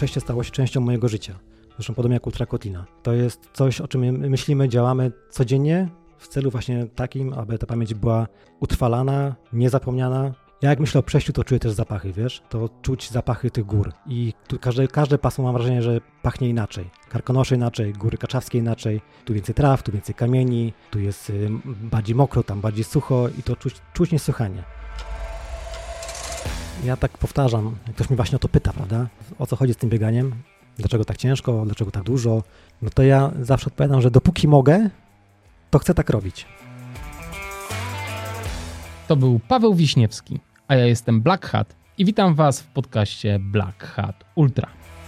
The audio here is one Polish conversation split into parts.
przejście stało się częścią mojego życia. Zresztą podobnie jak Ultrakotlina. To jest coś, o czym my myślimy, działamy codziennie w celu właśnie takim, aby ta pamięć była utrwalana, niezapomniana. Ja jak myślę o przejściu, to czuję też zapachy, wiesz? To czuć zapachy tych gór. I tu każde pasmo mam wrażenie, że pachnie inaczej. Karkonosze inaczej, góry kaczawskie inaczej. Tu więcej traw, tu więcej kamieni, tu jest bardziej mokro, tam bardziej sucho i to czuć niesłychanie. Ja tak powtarzam, jak ktoś mnie właśnie o to pyta, prawda? O co chodzi z tym bieganiem? Dlaczego tak ciężko? Dlaczego tak dużo? No to ja zawsze odpowiadam, że dopóki mogę, to chcę tak robić. To był Paweł Wiśniewski, a ja jestem Black Hat i witam Was w podcaście Black Hat Ultra.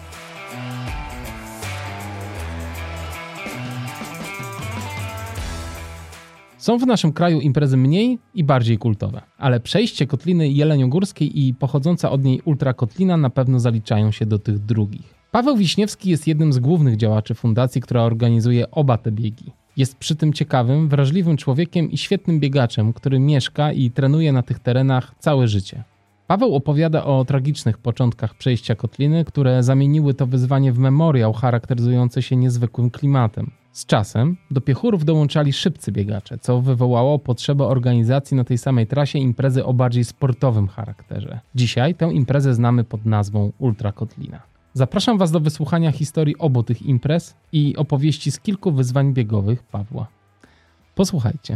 Są w naszym kraju imprezy mniej i bardziej kultowe, ale przejście Kotliny Jeleniogórskiej i pochodząca od niej Ultrakotlina na pewno zaliczają się do tych drugich. Paweł Wiśniewski jest jednym z głównych działaczy fundacji, która organizuje oba te biegi. Jest przy tym ciekawym, wrażliwym człowiekiem i świetnym biegaczem, który mieszka i trenuje na tych terenach całe życie. Paweł opowiada o tragicznych początkach przejścia Kotliny, które zamieniły to wyzwanie w memoriał charakteryzujący się niezwykłym klimatem. Z czasem do piechurów dołączali szybcy biegacze, co wywołało potrzebę organizacji na tej samej trasie imprezy o bardziej sportowym charakterze. Dzisiaj tę imprezę znamy pod nazwą Ultrakotlina. Zapraszam Was do wysłuchania historii obu tych imprez i opowieści z kilku wyzwań biegowych Pawła. Posłuchajcie.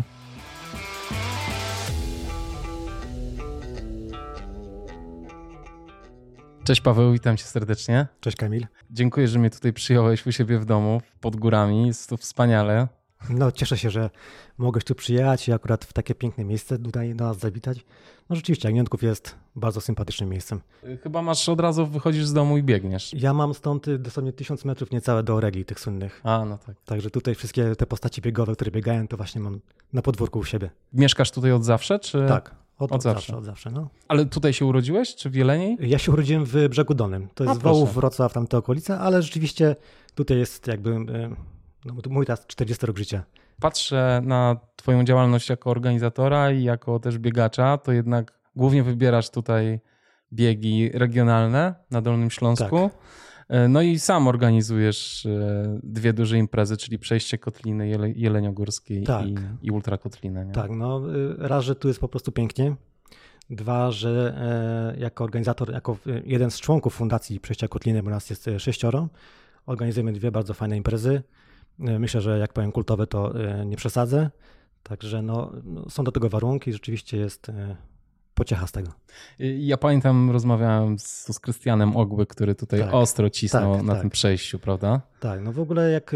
Cześć Paweł, witam Cię serdecznie. Cześć Kamil. Dziękuję, że mnie tutaj przyjąłeś u siebie w domu, pod górami. Jest to wspaniale. No cieszę się, że mogłeś tu przyjechać i akurat w takie piękne miejsce tutaj nas zawitać. No rzeczywiście, Jagniątków jest bardzo sympatycznym miejscem. Chyba od razu wychodzisz z domu i biegniesz. Ja mam stąd dosłownie 1000 metrów niecałe do Oregli, tych słynnych. A, no tak. Także tutaj wszystkie te postaci biegowe, które biegają, to właśnie mam na podwórku u siebie. Mieszkasz tutaj od zawsze, czy? Tak, od zawsze. No. Ale tutaj się urodziłeś, czy w Jeleniej? Ja się urodziłem w Brzegu Dolnym. To jest Wołów, Wrocław, tamte okolice, ale rzeczywiście tutaj jest jakby mój teraz 40 rok życia. Patrzę na Twoją działalność jako organizatora i jako też biegacza, to jednak głównie wybierasz tutaj biegi regionalne na Dolnym Śląsku. Tak. No i sam organizujesz dwie duże imprezy, czyli przejście Kotliny Jeleniogórskiej i Ultrakotlinę. Nie? Tak, no raz, że tu jest po prostu pięknie. Dwa, że jako organizator, jako jeden z członków fundacji Przejścia Kotliny, bo nas jest 6, organizujemy dwie bardzo fajne imprezy. Myślę, że jak powiem kultowe, to nie przesadzę. Także są do tego warunki, rzeczywiście jest pociecha z tego. Ja pamiętam, rozmawiałem z Krystianem Ogły, który tutaj ostro cisnął na tym przejściu, prawda? Tak, no w ogóle jak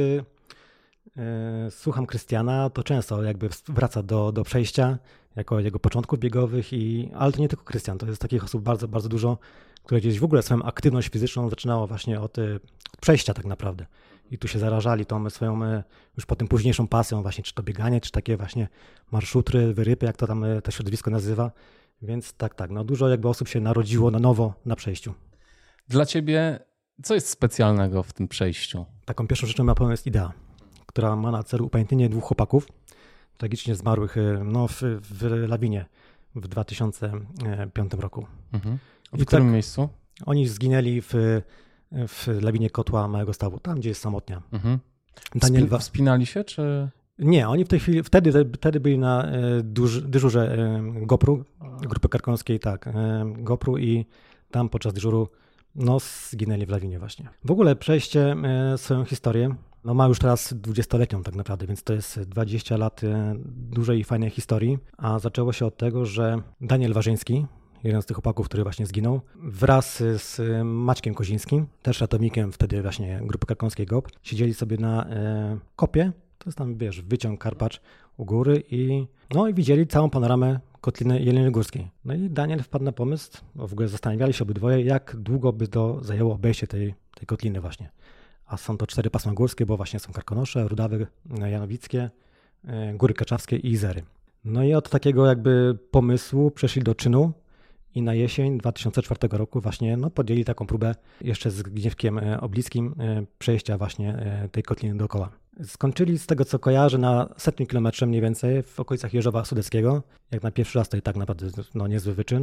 słucham Krystiana, to często jakby wraca do przejścia, jako jego początków biegowych, ale to nie tylko Krystian, to jest takich osób bardzo, bardzo dużo, które gdzieś w ogóle swoją aktywność fizyczną zaczynało właśnie od przejścia tak naprawdę. I tu się zarażali tą swoją już potem późniejszą pasją właśnie, czy to bieganie, czy takie właśnie marszutry, wyrypy, jak to tam to środowisko nazywa. Więc tak, dużo jakby osób się narodziło na nowo na przejściu. Dla Ciebie co jest specjalnego w tym przejściu? Taką pierwszą rzeczą na pewno jest idea, która ma na celu upamiętnienie 2 chłopaków tragicznie zmarłych w lawinie w 2005 roku. Mhm. W którym miejscu? Oni zginęli w lawinie Kotła Małego Stawu, tam gdzie jest Samotnia. Mhm. Wspinali się, czy... Nie, oni w tej chwili, wtedy byli na dyżurze GoPru, grupy karkonoskiej, GoPru i tam podczas dyżuru zginęli w lawinie właśnie. W ogóle przejście swoją historię, ma już teraz 20-letnią tak naprawdę, więc to jest 20 lat dużej i fajnej historii, a zaczęło się od tego, że Daniel Warzyński, jeden z tych chłopaków, który właśnie zginął, wraz z Maćkiem Kozińskim, też ratownikiem wtedy właśnie grupy karkonoskiej GoPr, siedzieli sobie na kopie. To jest tam, wyciąg Karpacz u góry i widzieli całą panoramę Kotliny Jeleniogórskiej. No i Daniel wpadł na pomysł, w ogóle zastanawiali się obydwoje, jak długo by to zajęło obejście tej kotliny właśnie. A są to 4 pasma górskie, bo właśnie są Karkonosze, Rudawy, Janowickie, Góry Kaczawskie i Izery. No i od takiego jakby pomysłu przeszli do czynu i na jesień 2004 roku właśnie podjęli taką próbę jeszcze z Gniewkiem Oblickim przejścia właśnie tej kotliny dookoła. Skończyli z tego, co kojarzę, na 100 kilometrze mniej więcej w okolicach Jeżowa Sudeckiego. Jak na pierwszy raz to i tak naprawdę niezły wyczyn.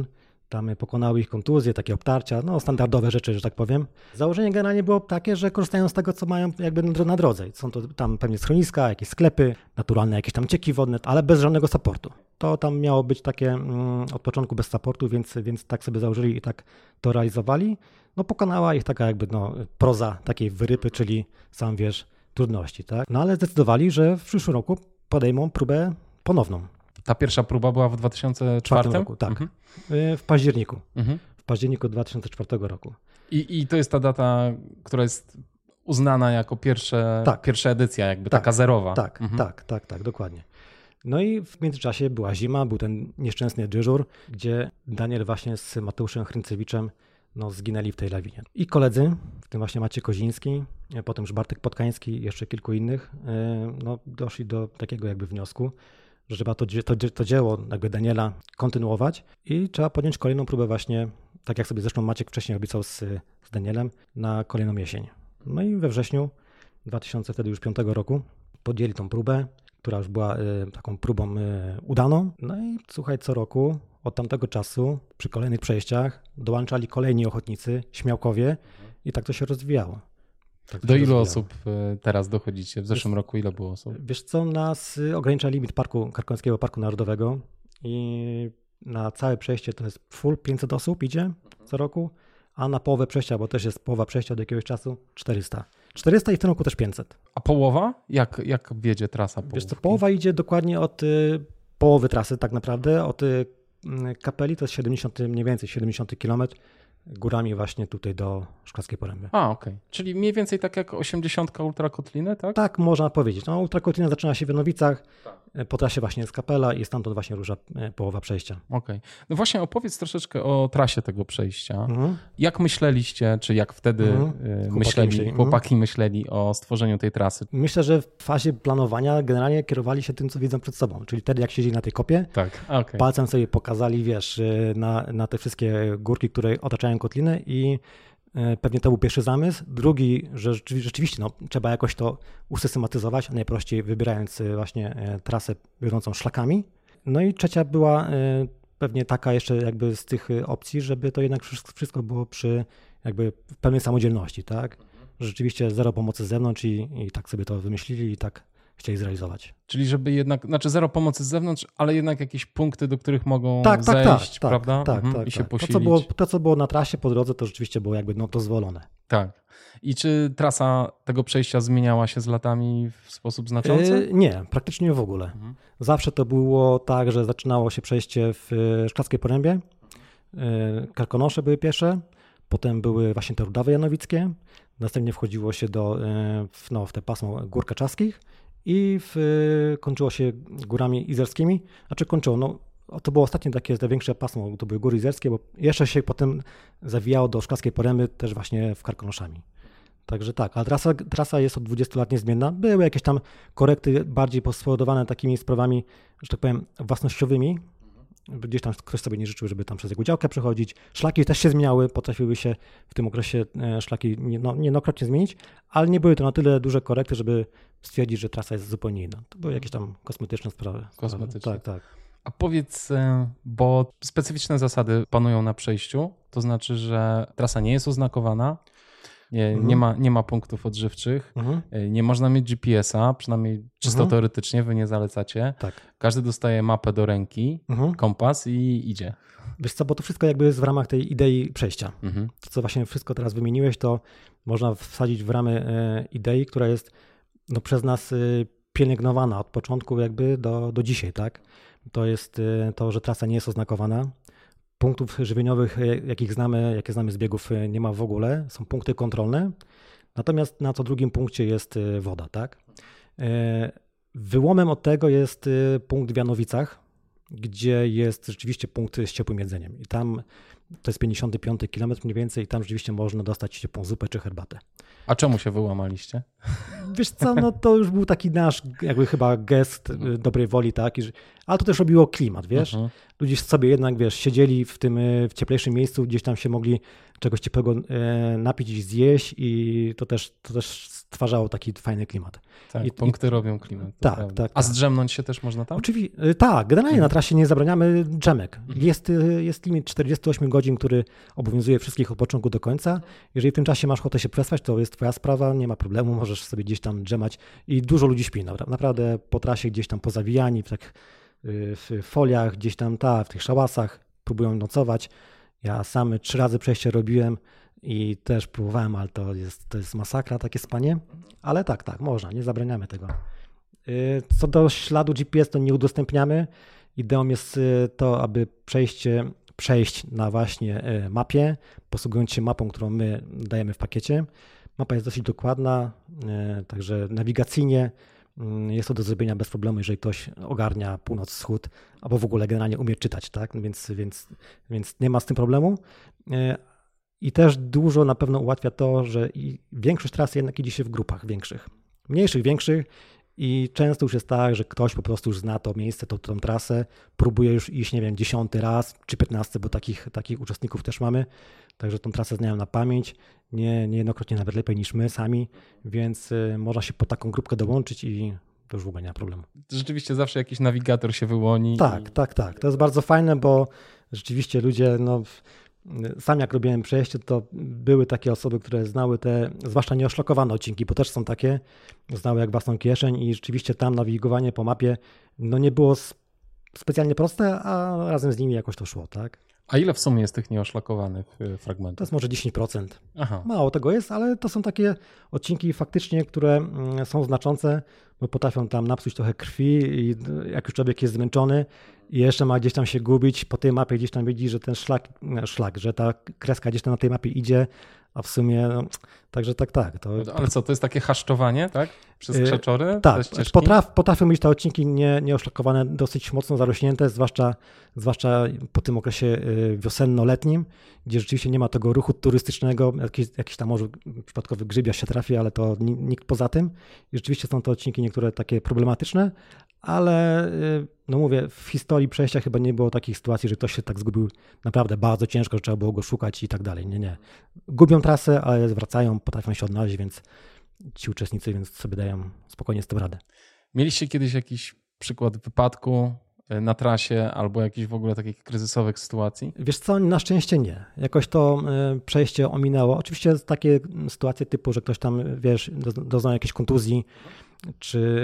tam pokonały ich kontuzje, takie obtarcia, no standardowe rzeczy, że tak powiem. Założenie generalnie było takie, że korzystają z tego, co mają jakby na drodze. Są to tam pewnie schroniska, jakieś sklepy, naturalne jakieś tam cieki wodne, ale bez żadnego supportu. To tam miało być takie od początku bez supportu, więc tak sobie założyli i tak to realizowali. No pokonała ich taka jakby proza takiej wyrypy, czyli sam wiesz, trudności, tak? No ale zdecydowali, że w przyszłym roku podejmą próbę ponowną. Ta pierwsza próba była w 2004 roku? Tak, w październiku. W październiku 2004 roku. I to jest ta data, która jest uznana jako pierwsza edycja, jakby taka zerowa. Tak, dokładnie. No i w międzyczasie była zima, był ten nieszczęsny dyżur, gdzie Daniel właśnie z Mateuszem Hryncewiczem zginęli w tej lawinie. I koledzy, w tym właśnie Maciej Koziński, potem już Bartek Podkański i jeszcze kilku innych, doszli do takiego jakby wniosku, że trzeba to dzieło jakby Daniela kontynuować i trzeba podjąć kolejną próbę właśnie, tak jak sobie zresztą Maciek wcześniej obiecał z Danielem, na kolejną jesień. No i we wrześniu 2005 roku podjęli tą próbę, która już była taką próbą udaną. No i słuchaj, co roku od tamtego czasu przy kolejnych przejściach dołączali kolejni ochotnicy, śmiałkowie i tak to się rozwijało. Do ilu osób teraz dochodzicie? W zeszłym roku ile było osób? Wiesz co, nas ogranicza limit Karkonoskiego Parku Narodowego i na całe przejście to jest full 500 osób idzie co roku, a na połowę przejścia, bo też jest połowa przejścia od jakiegoś czasu, 400. 400 i w tym roku też 500. A połowa? Jak wiedzie trasa połówki? Wiesz co, połowa idzie dokładnie od połowy trasy tak naprawdę, od Kapeli to jest 70, mniej więcej 70 km, górami właśnie tutaj do Szklarskiej Poręby. Okej. Czyli mniej więcej tak jak 80 Ultrakotliny, tak? Tak, można powiedzieć. Ultrakotlina zaczyna się w Janowicach, po trasie właśnie jest Kapela i stamtąd właśnie rusza połowa przejścia. Okej. No właśnie opowiedz troszeczkę o trasie tego przejścia. Jak myśleliście, czy jak wtedy chłopaki myśleli o stworzeniu tej trasy? Myślę, że w fazie planowania generalnie kierowali się tym, co widzą przed sobą. Czyli wtedy jak siedzieli na tej kopie, palcem sobie pokazali, wiesz, na te wszystkie górki, które otaczają kotlinę i pewnie to był pierwszy zamysł. Drugi, że rzeczywiście trzeba jakoś to usystematyzować, najprościej wybierając właśnie trasę wiodącą szlakami. No i trzecia była pewnie taka jeszcze jakby z tych opcji, żeby to jednak wszystko było jakby w pełnej samodzielności, tak? Rzeczywiście zero pomocy z zewnątrz i tak sobie to wymyślili i tak chcieli zrealizować. Czyli żeby jednak, zero pomocy z zewnątrz, ale jednak jakieś punkty, do których mogą zejść, prawda? Tak, i się posilić. To, co było na trasie po drodze, to rzeczywiście było jakby dozwolone. Tak. I czy trasa tego przejścia zmieniała się z latami w sposób znaczący? Nie, praktycznie w ogóle. Zawsze to było tak, że zaczynało się przejście w Szklarskiej Porębie, Karkonosze były pierwsze, potem były właśnie te Rudawy Janowickie, następnie wchodziło się w te pasmo Gór Kaczaskich i kończyło się górami izerskimi. To było ostatnie takie największe pasmo, to były Góry Izerskie, bo jeszcze się potem zawijało do Szklarskiej Poręby też właśnie w Karkonoszami. Także tak, ale trasa jest od 20 lat niezmienna. Były jakieś tam korekty bardziej spowodowane takimi sprawami, że tak powiem, własnościowymi. Gdzieś tam ktoś sobie nie życzył, żeby tam przez jego działkę przechodzić. Szlaki też się zmieniały, potrafiły się w tym okresie szlaki niejednokrotnie zmienić, ale nie były to na tyle duże korekty, żeby stwierdzić, że trasa jest zupełnie inna. To były jakieś tam kosmetyczne sprawy. Kosmetyczne. Tak. A powiedz, bo specyficzne zasady panują na przejściu, to znaczy, że trasa nie jest oznakowana, nie ma punktów odżywczych, nie można mieć GPS-a, przynajmniej czysto teoretycznie, wy nie zalecacie. Tak. Każdy dostaje mapę do ręki, kompas i idzie. Wiesz co, bo to wszystko jakby jest w ramach tej idei przejścia. To, co właśnie wszystko teraz wymieniłeś, to można wsadzić w ramy idei, która jest przez nas pielęgnowana od początku jakby do dzisiaj, tak? To jest to, że trasa nie jest oznakowana. Punktów żywieniowych, jakie znamy z biegów, nie ma w ogóle. Są punkty kontrolne. Natomiast na co drugim punkcie jest woda, tak? Wyłomem od tego jest punkt w Janowicach, gdzie jest rzeczywiście punkt z ciepłym jedzeniem. I tam to jest 55 km mniej więcej i tam rzeczywiście można dostać ciepłą zupę czy herbatę. A czemu się wyłamaliście? Wiesz co, no to już był taki nasz jakby chyba gest dobrej woli, tak? Ale to też robiło klimat, wiesz? Ludzie sobie jednak, wiesz, siedzieli w cieplejszym miejscu, gdzieś tam się mogli czegoś ciepłego napić i zjeść i to też stwarzało taki fajny klimat. Tak, punkty robią klimat. Tak. A zdrzemnąć się też można tam? Oczywiście, tak, generalnie na trasie nie zabraniamy dżemek. Jest limit 48 godzin, który obowiązuje wszystkich od początku do końca. Jeżeli w tym czasie masz ochotę się przespać, to jest twoja sprawa, nie ma problemu, możesz sobie gdzieś tam dżemać i dużo ludzi śpi. Naprawdę po trasie gdzieś tam pozawijani w foliach, gdzieś tam w tych szałasach, próbują nocować. Ja sam 3 razy przejście robiłem i też próbowałem, ale to jest masakra, takie spanie. Ale tak, można, nie zabraniamy tego. Co do śladu GPS, to nie udostępniamy. Ideą jest to, aby przejść na właśnie mapie, posługując się mapą, którą my dajemy w pakiecie. Mapa jest dosyć dokładna, także nawigacyjnie jest to do zrobienia bez problemu, jeżeli ktoś ogarnia północ, wschód, albo w ogóle generalnie umie czytać, tak? Więc nie ma z tym problemu. I też dużo na pewno ułatwia to, że większość trasy jednak idzie się w grupach mniejszych, większych i często już jest tak, że ktoś po prostu już zna to miejsce, tą trasę, próbuje już iść, nie wiem, 10 raz czy 15, bo takich uczestników też mamy, także tą trasę znają na pamięć, niejednokrotnie nawet lepiej niż my sami, więc można się po taką grupkę dołączyć i to już w ogóle nie ma problemu. Rzeczywiście zawsze jakiś nawigator się wyłoni. Tak. To jest bardzo fajne, bo rzeczywiście ludzie, sam jak robiłem przejście, to były takie osoby, które znały zwłaszcza nieoszlakowane odcinki, bo też są takie, znały jak własną kieszeń i rzeczywiście tam nawigowanie po mapie nie było specjalnie proste, a razem z nimi jakoś to szło, tak? A ile w sumie jest tych nieoszlakowanych fragmentów? To jest może 10%. Aha. Mało tego jest, ale to są takie odcinki faktycznie, które są znaczące, bo potrafią tam napsuć trochę krwi i jak już człowiek jest zmęczony i jeszcze ma gdzieś tam się gubić, po tej mapie gdzieś tam widzi, że ten szlak, że ta kreska gdzieś tam na tej mapie idzie, a w sumie, także tak. Ale co, to jest takie haszczowanie, tak? Przez krzaczory? Tak, potrafią być te odcinki nieoszlakowane, dosyć mocno zarośnięte, zwłaszcza po tym okresie wiosenno-letnim, gdzie rzeczywiście nie ma tego ruchu turystycznego, jakiś tam może przypadkowy grzybiarz się trafi, ale to nikt poza tym. I rzeczywiście są to odcinki niektóre takie problematyczne, ale mówię, w historii przejścia chyba nie było takich sytuacji, że ktoś się tak zgubił naprawdę bardzo ciężko, że trzeba było go szukać i tak dalej. Nie. Gubią trasę, ale wracają, potrafią się odnaleźć, więc ci uczestnicy sobie dają spokojnie z tym radę. Mieliście kiedyś jakiś przykład wypadku na trasie albo jakichś w ogóle takich kryzysowych sytuacji? Wiesz co, na szczęście nie. Jakoś to przejście ominęło. Oczywiście takie sytuacje typu, że ktoś tam, doznał jakiejś kontuzji, czy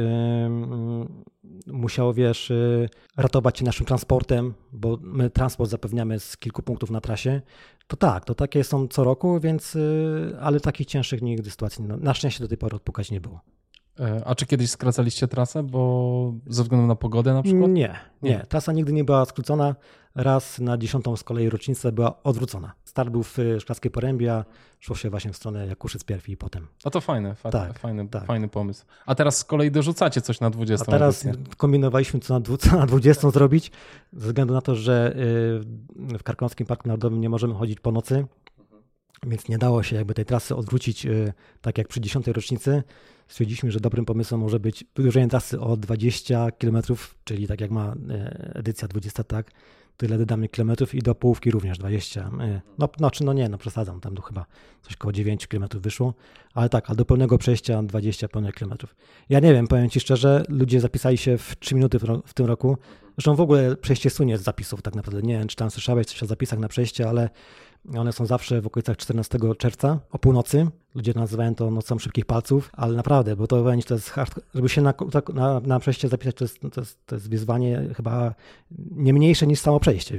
musiał, ratować się naszym transportem, bo my transport zapewniamy z kilku punktów na trasie, to takie są co roku, więc, ale takich cięższych nigdy sytuacji na szczęście do tej pory odpukać nie było. A czy kiedyś skracaliście trasę, bo ze względu na pogodę na przykład? Nie. Trasa nigdy nie była skrócona. Raz na 10. z kolei rocznicę była odwrócona. Start był w Szklarskiej Porębie, a szło się właśnie w stronę Jakuszyc Pierw i potem. A to fajne, fajny pomysł. A teraz z kolei dorzucacie coś na 20. A teraz kombinowaliśmy, co na 20 zrobić, ze względu na to, że w Karkonoszym Parku Narodowym nie możemy chodzić po nocy, więc nie dało się tej trasy odwrócić tak jak przy 10. rocznicy. Stwierdziliśmy, że dobrym pomysłem może być wydłużenie trasy o 20 km, czyli tak jak ma edycja 20, tak, tyle dodamy kilometrów i do połówki również 20. Przesadzam, tam chyba coś koło 9 km wyszło, ale a do pełnego przejścia 20 pełnych kilometrów. Ja nie wiem, powiem Ci szczerze, ludzie zapisali się w 3 minuty w tym roku. Zresztą w ogóle przejście sunie z zapisów tak naprawdę. Nie wiem, czy tam słyszałeś coś o zapisach na przejście, ale one są zawsze w okolicach 14 czerwca o północy. Ludzie nazywają to nocą szybkich palców, ale naprawdę, bo to jest żeby się na przejście zapisać, to jest wyzwanie chyba nie mniejsze niż samo przejście,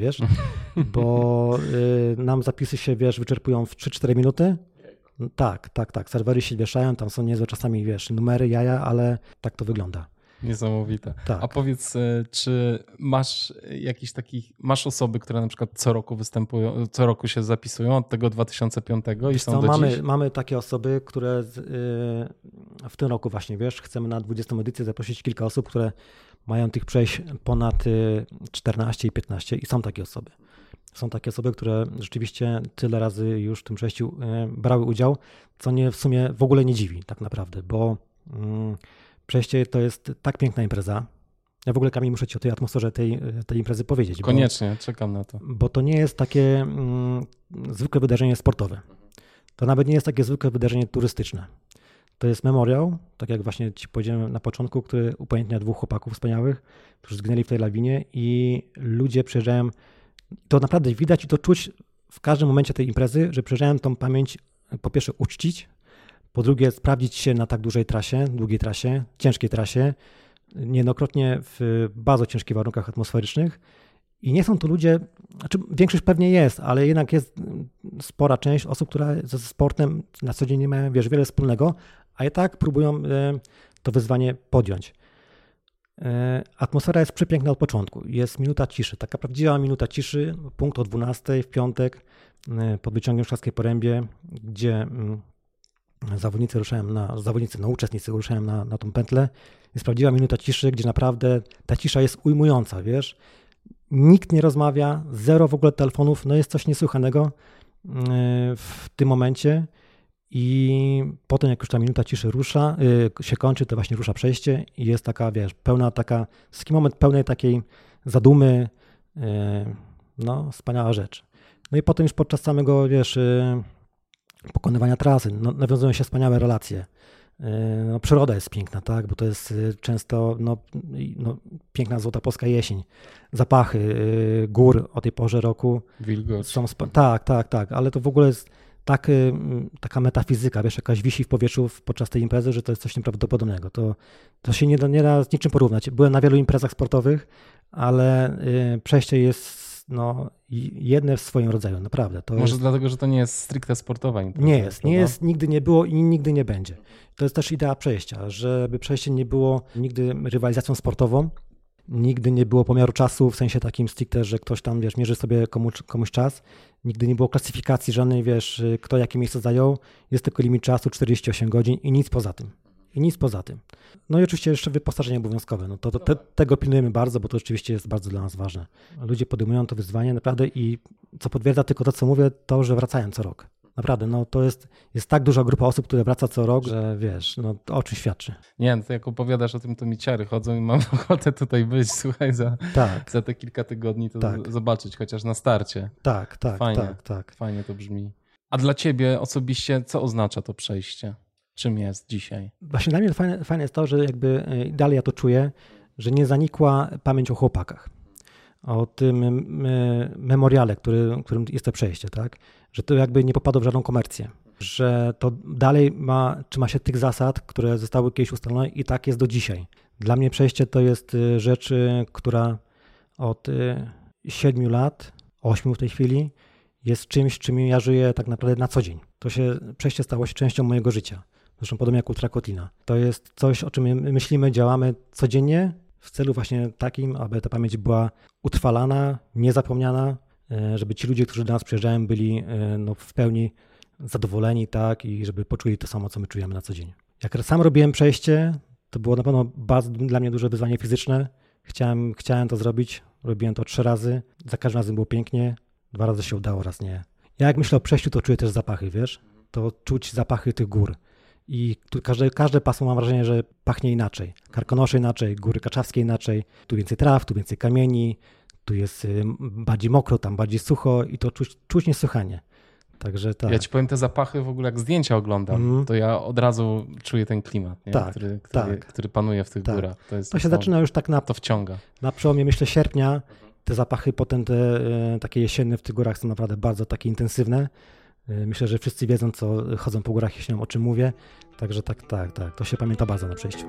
bo nam zapisy się, wyczerpują w 3-4 minuty. Tak. Serwery się wieszają, tam są niezłe czasami, numery, jaja, ale tak to wygląda. Niesamowite. Tak. A powiedz, czy masz masz osoby, które na przykład co roku występują, co roku się zapisują od tego 2005 i są do dziś? Mamy takie osoby, które w tym roku właśnie, chcemy na 20. edycję zaprosić kilka osób, które mają tych przejść ponad 14 i 15 i są takie osoby. Są takie osoby, które rzeczywiście tyle razy już w tym przejściu brały udział, co mnie w sumie w ogóle nie dziwi tak naprawdę, bo Przejście to jest tak piękna impreza. Ja w ogóle, Kamil, muszę ci o tej atmosferze tej imprezy powiedzieć. Koniecznie, czekam na to. Bo to nie jest takie zwykłe wydarzenie sportowe. To nawet nie jest takie zwykłe wydarzenie turystyczne. To jest memoriał, tak jak właśnie ci powiedziałem na początku, który upamiętnia 2 chłopaków wspaniałych, którzy zginęli w tej lawinie i ludzie przyjeżdżają. To naprawdę widać i to czuć w każdym momencie tej imprezy, że przyjeżdżają tą pamięć po pierwsze uczcić, po drugie sprawdzić się na tak długiej trasie, ciężkiej trasie, niejednokrotnie w bardzo ciężkich warunkach atmosferycznych. I nie są to ludzie, znaczy większość pewnie jest, ale jednak jest spora część osób, które ze sportem na co dzień nie mają, wiele wspólnego, a i tak próbują to wyzwanie podjąć. Atmosfera jest przepiękna od początku. Jest minuta ciszy, taka prawdziwa minuta ciszy, punkt o 12 w piątek pod wyciągiem Szklarskiej Porębie, gdzie uczestnicy ruszają na tą pętlę. Jest prawdziwa minuta ciszy, gdzie naprawdę ta cisza jest ujmująca, wiesz. Nikt nie rozmawia, zero w ogóle telefonów, no jest coś niesłychanego w tym momencie i potem jak już ta minuta ciszy się kończy, to właśnie rusza przejście i jest taki moment pełnej takiej zadumy, no wspaniała rzecz. No i potem już podczas samego, pokonywania trasy, nawiązują się wspaniałe relacje. Przyroda jest piękna, tak, bo to jest często piękna złota polska jesień. Zapachy gór o tej porze roku. Wilgoć. Tak, ale to w ogóle jest taka metafizyka, jakaś wisi w powietrzu podczas tej imprezy, że to jest coś nieprawdopodobnego. To się nie da z niczym porównać. Byłem na wielu imprezach sportowych, ale przejście jest jedne w swoim rodzaju, naprawdę. Może dlatego, że to nie jest stricte sportowa impreza. Nie jest, nigdy nie było i nigdy nie będzie. To jest też idea przejścia, żeby przejście nie było nigdy rywalizacją sportową, nigdy nie było pomiaru czasu w sensie takim stricte, że ktoś tam, mierzy sobie komuś czas, nigdy nie było klasyfikacji żadnej, kto jakie miejsce zajął, jest tylko limit czasu 48 godzin i nic poza tym. No i oczywiście jeszcze wyposażenie obowiązkowe. Tego pilnujemy bardzo, bo to rzeczywiście jest bardzo dla nas ważne. Ludzie podejmują to wyzwanie naprawdę i co potwierdza tylko to, co mówię, to, że wracają co rok. Naprawdę, to jest tak duża grupa osób, które wraca co rok, że to o czym świadczy. Nie, to jak opowiadasz o tym, to mi ciary chodzą i mam ochotę tutaj być, słuchaj, za te kilka tygodni to zobaczyć, chociaż na starcie. Tak. Fajnie to brzmi. A dla ciebie osobiście, co oznacza to przejście? Czym jest dzisiaj? Właśnie dla mnie fajne jest to, że dalej ja to czuję, że nie zanikła pamięć o chłopakach. O tym memoriale, którym jest to przejście, tak? Że to nie popadło w żadną komercję. Że to dalej trzyma się tych zasad, które zostały kiedyś ustalone i tak jest do dzisiaj. Dla mnie przejście to jest rzecz, która od 7 lat, 8 w tej chwili, jest czymś, czym ja żyję tak naprawdę na co dzień. Przejście stało się częścią mojego życia. Zresztą podobnie jak Ultra Kotlina. To jest coś, o czym my myślimy, działamy codziennie w celu właśnie takim, aby ta pamięć była utrwalana, niezapomniana, żeby ci ludzie, którzy do nas przyjeżdżają, byli w pełni zadowoleni, tak, i żeby poczuli to samo, co my czujemy na co dzień. Jak sam robiłem przejście, to było na pewno bardzo dla mnie duże wyzwanie fizyczne. Chciałem to zrobić, robiłem to 3 razy, za każdym razem było pięknie, 2 razy się udało, raz nie. Ja jak myślę o przejściu, to czuję też zapachy, to czuć zapachy tych gór. I tu każde pasmo mam wrażenie, że pachnie inaczej. Karkonosze inaczej, Góry Kaczawskie inaczej. Tu więcej traw, tu więcej kamieni, tu jest bardziej mokro, tam bardziej sucho i to czuć niesłychanie. Także tak. Ja ci powiem, te zapachy w ogóle jak zdjęcia oglądam, to ja od razu czuję ten klimat, nie? Który panuje w tych górach. To się zaczyna już tak to wciąga. Na przełomie, myślę, sierpnia. Te zapachy potem takie jesienne w tych górach są naprawdę bardzo takie intensywne. Myślę, że wszyscy wiedzą, co chodzą po górach, jeśli o czym mówię. Także tak, to się pamięta bardzo na przejściu.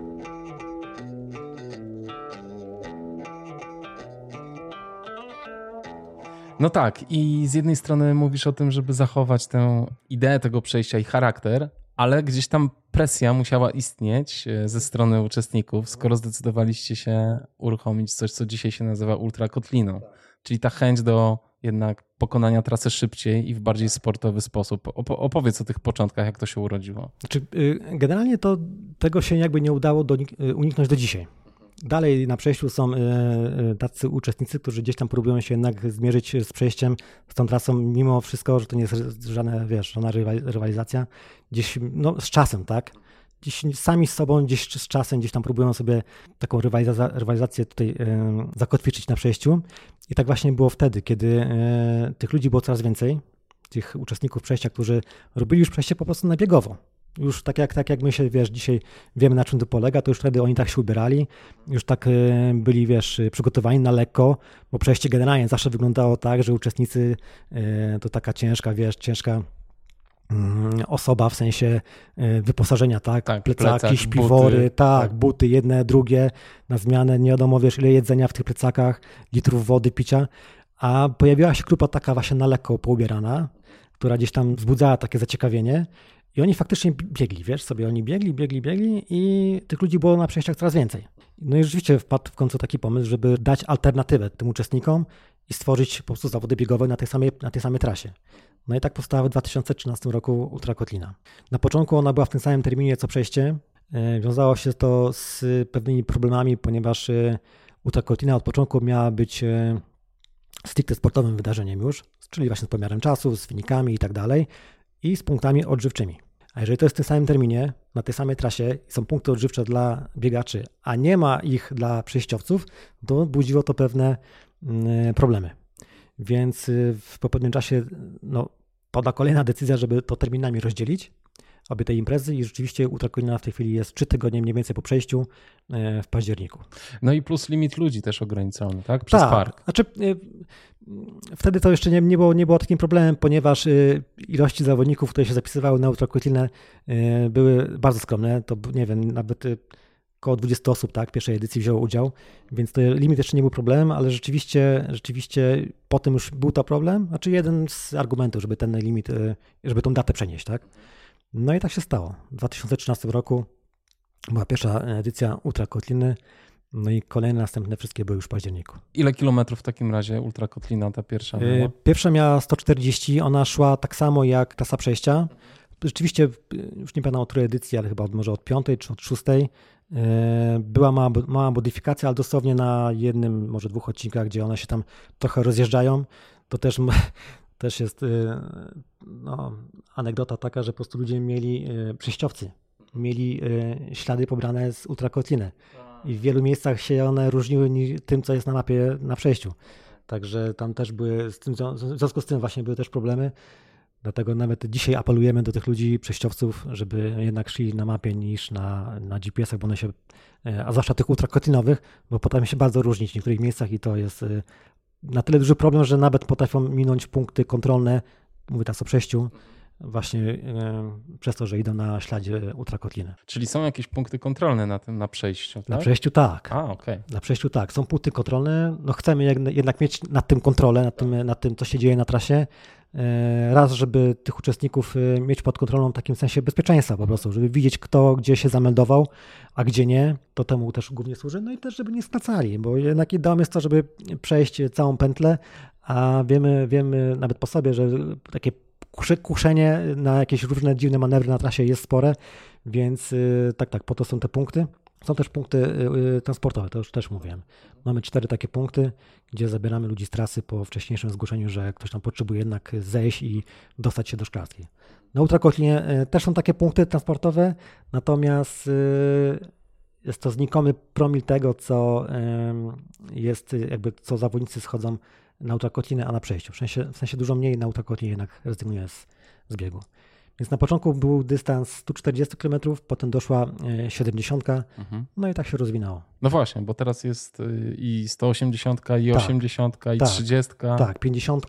No tak, i z jednej strony mówisz o tym, żeby zachować tę ideę tego przejścia i charakter, ale gdzieś tam presja musiała istnieć ze strony uczestników, skoro zdecydowaliście się uruchomić coś, co dzisiaj się nazywa Ultra Kotliną. Czyli ta chęć do jednak pokonania trasy szybciej i w bardziej sportowy sposób. Opowiedz o tych początkach, jak to się urodziło. Generalnie tego się nie udało uniknąć do dzisiaj. Dalej na przejściu są tacy uczestnicy, którzy gdzieś tam próbują się jednak zmierzyć z przejściem, z tą trasą, mimo wszystko, że to nie jest żadna rywalizacja. Gdzieś z czasem, tak? gdzieś sami z sobą, gdzieś z czasem, gdzieś tam próbują sobie taką rywalizację tutaj zakotwiczyć na przejściu. I tak właśnie było wtedy, kiedy tych ludzi było coraz więcej, tych uczestników przejścia, którzy robili już przejście po prostu na biegowo. Już tak jak my się, dzisiaj wiemy, na czym to polega, to już wtedy oni tak się ubierali, już tak byli, przygotowani na lekko, bo przejście generalnie zawsze wyglądało tak, że uczestnicy to taka ciężka osoba w sensie wyposażenia, tak plecaki, śpiwory, buty, buty jedne, drugie, na zmianę, nie wiadomo, ile jedzenia w tych plecakach, litrów wody, picia, a pojawiła się grupa taka właśnie na lekko poubierana, która gdzieś tam wzbudzała takie zaciekawienie i oni faktycznie biegli, oni biegli i tych ludzi było na przejściach coraz więcej. No i rzeczywiście wpadł w końcu taki pomysł, żeby dać alternatywę tym uczestnikom i stworzyć po prostu zawody biegowe na tej samej trasie. No i tak powstała w 2013 roku Ultra Kotlina. Na początku ona była w tym samym terminie co przejście. Wiązało się to z pewnymi problemami, ponieważ Ultra Kotlina od początku miała być stricte sportowym wydarzeniem już, czyli właśnie z pomiarem czasu, z wynikami i tak dalej i z punktami odżywczymi. A jeżeli to jest w tym samym terminie, na tej samej trasie są punkty odżywcze dla biegaczy, a nie ma ich dla przejściowców, to budziło to pewne problemy. Więc po pewnym czasie pada kolejna decyzja, żeby to terminami rozdzielić, obie te imprezy i rzeczywiście Ultra Kotlina w tej chwili jest 3 tygodnie mniej więcej po przejściu w październiku. No i plus limit ludzi też ograniczony, tak? Przez park. Znaczy, wtedy to jeszcze nie było takim problemem, ponieważ ilości zawodników, które się zapisywały na Ultra Kotlinę były bardzo skromne. To nie wiem, nawet około 20 osób w pierwszej edycji wzięło udział, więc to limit jeszcze nie był problemem, ale rzeczywiście potem już był to problem, znaczy jeden z argumentów, żeby ten limit, żeby tą datę przenieść, tak? No i tak się stało. W 2013 roku była pierwsza edycja Ultra Kotliny, no i kolejne następne wszystkie były już w październiku. Ile kilometrów w takim razie Ultra Kotlina ta pierwsza miała? Pierwsza miała 140, ona szła tak samo jak trasa przejścia. Rzeczywiście, już nie pamiętam o której edycji, ale chyba może od 5 czy od 6. Była mała modyfikacja, ale dosłownie na jednym, może 2 odcinkach, gdzie one się tam trochę rozjeżdżają. To też jest anegdota taka, że po prostu ludzie przejściowcy mieli ślady pobrane z Ultra Kotliny i w wielu miejscach się one różniły tym, co jest na mapie na przejściu. Także tam też były, w związku z tym właśnie były też problemy. Dlatego nawet dzisiaj apelujemy do tych ludzi, przejściowców, żeby jednak szli na mapie niż na GPS-ach, bo one się, a zwłaszcza tych ultrakotlinowych, bo potrafią się bardzo różnić w niektórych miejscach i to jest na tyle duży problem, że nawet potrafią minąć punkty kontrolne, mówię teraz o przejściu, właśnie przez to, że idą na śladzie ultrakotliny. Czyli są jakieś punkty kontrolne na przejściu, tak? Na przejściu tak. Okay. Na przejściu tak. Są punkty kontrolne. No chcemy jednak mieć nad tym kontrolę, nad tym, co się dzieje na trasie. Raz, żeby tych uczestników mieć pod kontrolą w takim sensie bezpieczeństwa po prostu, żeby widzieć, kto gdzie się zameldował, a gdzie nie, to temu też głównie służy. No i też, żeby nie skracali, bo jednak ideą jest to, żeby przejść całą pętlę, a wiemy nawet po sobie, że takie kuszenie na jakieś różne dziwne manewry na trasie jest spore, więc tak, po to są te punkty. Są też punkty transportowe, to już też mówiłem. Mamy 4 takie punkty, gdzie zabieramy ludzi z trasy po wcześniejszym zgłoszeniu, że ktoś tam potrzebuje jednak zejść i dostać się do szklarskiej. Na Ultrakotlinie też są takie punkty transportowe, natomiast jest to znikomy promil tego, co jest co zawodnicy schodzą na Ultrakotlinę, a na przejściu. W sensie dużo mniej na Ultrakotlinie jednak rezygnuje z biegu. Więc na początku był dystans 140 km, potem doszła 70, no i tak się rozwinęło. No właśnie, bo teraz jest i 180, i 80, i 30. Tak, 50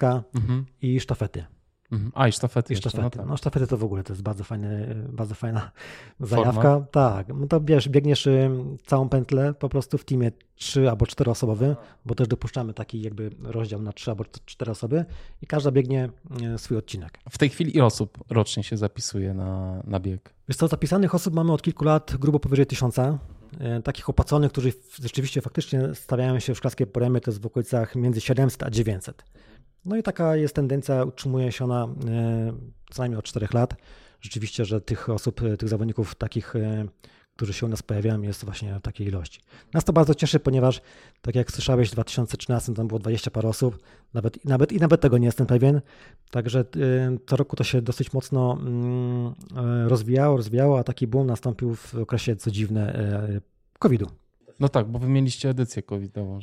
i sztafety. I sztafety. No sztafety to w ogóle to jest bardzo fajna zajawka. Tak, no to biegniesz całą pętlę po prostu w teamie 3 albo 4 osobowy, bo też dopuszczamy taki jakby rozdział na 3 albo 4 osoby i każda biegnie swój odcinek. W tej chwili ile osób rocznie się zapisuje na bieg? Wiesz co, zapisanych osób mamy od kilku lat grubo powyżej 1000. Takich opłaconych, którzy rzeczywiście faktycznie stawiają się w szklarskiej poremie, to jest w okolicach między 700 a 900. No i taka jest tendencja, utrzymuje się ona co najmniej od 4 lat. Rzeczywiście, że tych osób, tych zawodników takich, którzy się u nas pojawiają, jest właśnie w takiej ilości. Nas to bardzo cieszy, ponieważ tak jak słyszałeś, w 2013 tam było 20 parę osób, nawet tego nie jestem pewien, także co roku to się dosyć mocno rozwijało, a taki boom nastąpił w okresie, co dziwne, COVID-u. No tak, bo wy mieliście edycję covidową.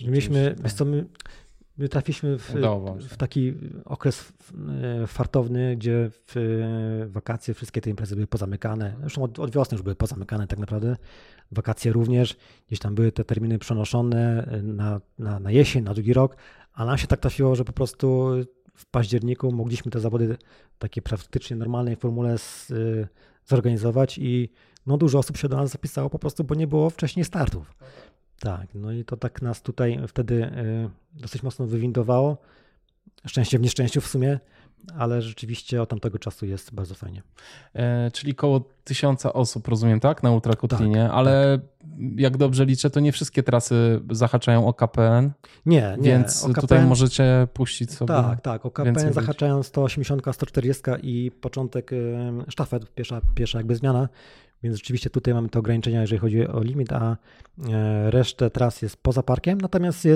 My trafiliśmy w taki okres fartowny, gdzie w wakacje wszystkie te imprezy były pozamykane. Zresztą od wiosny już były pozamykane tak naprawdę. Wakacje również. Gdzieś tam były te terminy przenoszone na jesień, na drugi rok, a nam się tak trafiło, że po prostu w październiku mogliśmy te zawody w takiej praktycznie normalnej formule zorganizować i no dużo osób się do nas zapisało po prostu, bo nie było wcześniej startów. Tak, no i to tak nas tutaj wtedy dosyć mocno wywindowało. Szczęście w nieszczęściu w sumie, ale rzeczywiście od tamtego czasu jest bardzo fajnie. Czyli koło 1000 osób, rozumiem, tak? Na Ultrakotlinie, tak, ale jak dobrze liczę, to nie wszystkie trasy zahaczają o KPN. Nie. Więc KPN, tutaj możecie puścić sobie. Tak. O KPN zahaczają 180, 140 i początek sztafet, pierwsza jakby zmiana. Więc rzeczywiście tutaj mamy te ograniczenia, jeżeli chodzi o limit, a resztę tras jest poza parkiem. Natomiast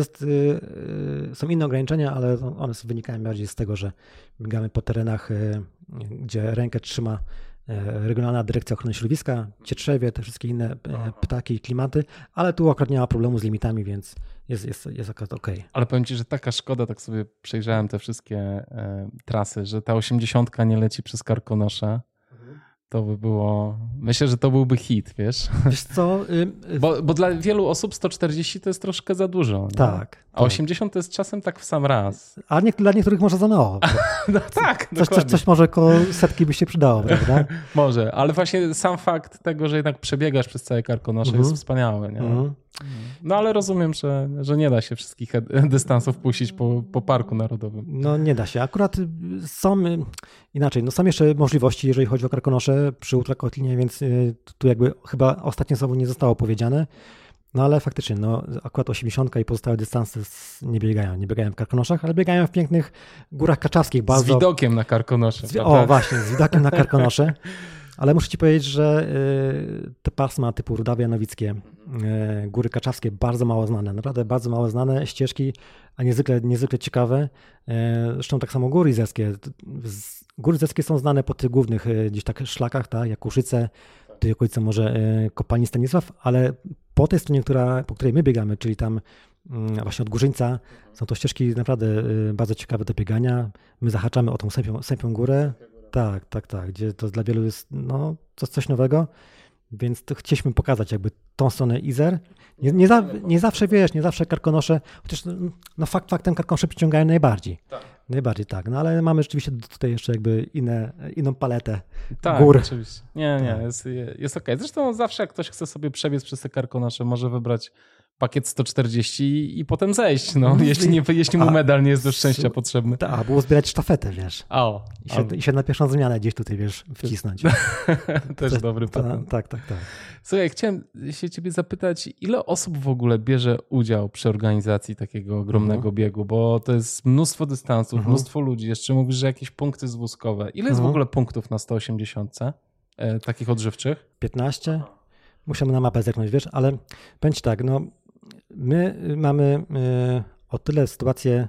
są inne ograniczenia, ale one wynikają bardziej z tego, że biegamy po terenach, gdzie rękę trzyma Regionalna Dyrekcja Ochrony Środowiska, cietrzewie, te wszystkie inne ptaki i klimaty, ale tu akurat nie ma problemu z limitami, więc jest akurat okej. Ale powiem Ci, że taka szkoda, tak sobie przejrzałem te wszystkie trasy, że ta 80 nie leci przez Karkonosze. To by było... Myślę, że to byłby hit, wiesz? Wiesz co? Bo dla wielu osób 140 to jest troszkę za dużo. Nie? Tak. A 80 to jest czasem tak w sam raz. A dla niektórych może za mało. No tak, coś może koło 100 by się przydało, prawda? Może, ale właśnie sam fakt tego, że jednak przebiegasz przez całe Karkonosze jest wspaniały. Nie? No ale rozumiem, że nie da się wszystkich dystansów puścić po Parku Narodowym. No nie da się. Akurat są jeszcze możliwości, jeżeli chodzi o Karkonosze przy Ultrakotlinie, więc tu jakby chyba ostatnie słowo nie zostało powiedziane. No ale faktycznie, akurat 80 i pozostałe dystanse nie biegają w Karkonoszach, ale biegają w pięknych górach kaczawskich. Bardzo... Z widokiem na Karkonosze. Właśnie, z widokiem na Karkonosze. Ale muszę ci powiedzieć, że te pasma typu Rudawie Janowickie, Góry Kaczawskie bardzo mało znane, naprawdę bardzo mało znane, ścieżki, a niezwykle ciekawe. Zresztą tak samo Góry Izewskie. Góry Izewskie są znane po tych głównych gdzieś tak szlakach, tak, jak Kuszyce, tutaj okolice może Kopalni Stanisław, ale po tej stronie, po której my biegamy, czyli tam właśnie od Górzyńca, są to ścieżki naprawdę bardzo ciekawe do biegania. My zahaczamy o tą Sępią Górę. Tak, gdzie to dla wielu jest coś nowego, więc to chcieliśmy pokazać jakby tą stronę Izer. Nie zawsze nie zawsze Karkonosze, chociaż faktem Karkonosze przyciągają najbardziej. Tak. Najbardziej tak, ale mamy rzeczywiście tutaj jeszcze jakby inną paletę gór. Tak, oczywiście. Nie, jest okej. Zresztą zawsze jak ktoś chce sobie przebiec przez te Karkonosze, może wybrać pakiet 140 i potem zejść, jeśli mu medal nie jest do szczęścia potrzebny. Tak, było zbierać sztafetę, wiesz. I się na pierwszą zmianę gdzieś tutaj, wiesz, wcisnąć. Też dobry patent. Tak. Słuchaj, chciałem się ciebie zapytać, ile osób w ogóle bierze udział przy organizacji takiego ogromnego biegu, bo to jest mnóstwo dystansów, mnóstwo ludzi, jeszcze mówisz, że jakieś punkty zwózkowe. Ile jest w ogóle punktów na 180 takich odżywczych? 15. Musiałem na mapę zerknąć, wiesz, ale powiem ci tak, my mamy o tyle sytuację,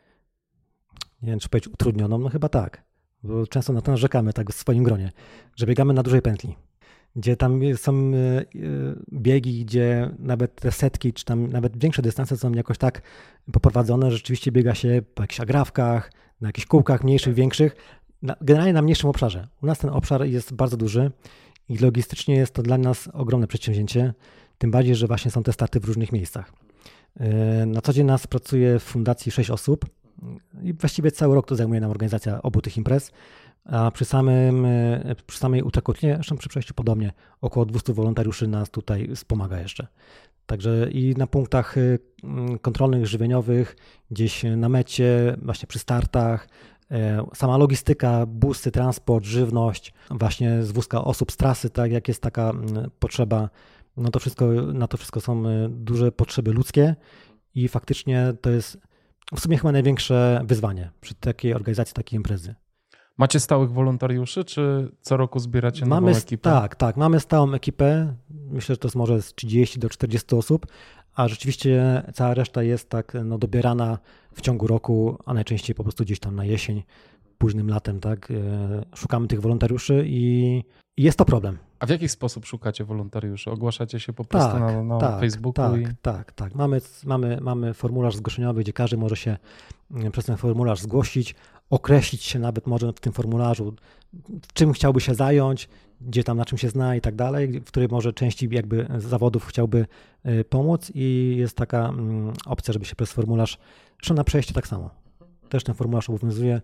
nie wiem, czy powiedzieć utrudnioną, chyba tak, bo często na to narzekamy tak w swoim gronie, że biegamy na dużej pętli, gdzie tam są biegi, gdzie nawet te setki, czy tam nawet większe dystanse są jakoś tak poprowadzone, że rzeczywiście biega się po jakichś agrawkach, na jakichś kółkach mniejszych, większych, generalnie na mniejszym obszarze. U nas ten obszar jest bardzo duży i logistycznie jest to dla nas ogromne przedsięwzięcie, tym bardziej, że właśnie są te starty w różnych miejscach. Na co dzień nas pracuje w fundacji 6 osób i właściwie cały rok to zajmuje nam organizacja obu tych imprez, a przy samej Ultrakotlinie, zresztą przy przejściu podobnie, około 200 wolontariuszy nas tutaj wspomaga jeszcze. Także i na punktach kontrolnych, żywieniowych, gdzieś na mecie, właśnie przy startach, sama logistyka, busy, transport, żywność, właśnie zwózka osób z trasy, tak jak jest taka potrzeba, na to wszystko są duże potrzeby ludzkie i faktycznie to jest w sumie chyba największe wyzwanie przy takiej organizacji, takiej imprezy. Macie stałych wolontariuszy, czy co roku zbieracie nową ekipę? Tak, mamy stałą ekipę. Myślę, że to jest może z 30 do 40 osób, a rzeczywiście cała reszta jest tak dobierana w ciągu roku, a najczęściej po prostu gdzieś tam na jesień, późnym latem, tak. Szukamy tych wolontariuszy i jest to problem. A w jaki sposób szukacie wolontariuszy? Ogłaszacie się po prostu na Facebooku? Tak. Mamy formularz zgłoszeniowy, gdzie każdy może się przez ten formularz zgłosić, określić się nawet może w tym formularzu, czym chciałby się zająć, gdzie tam na czym się zna i tak dalej, w której może części jakby zawodów chciałby pomóc i jest taka opcja, żeby się przez formularz, czy na przejście tak samo. Też ten formularz obowiązuje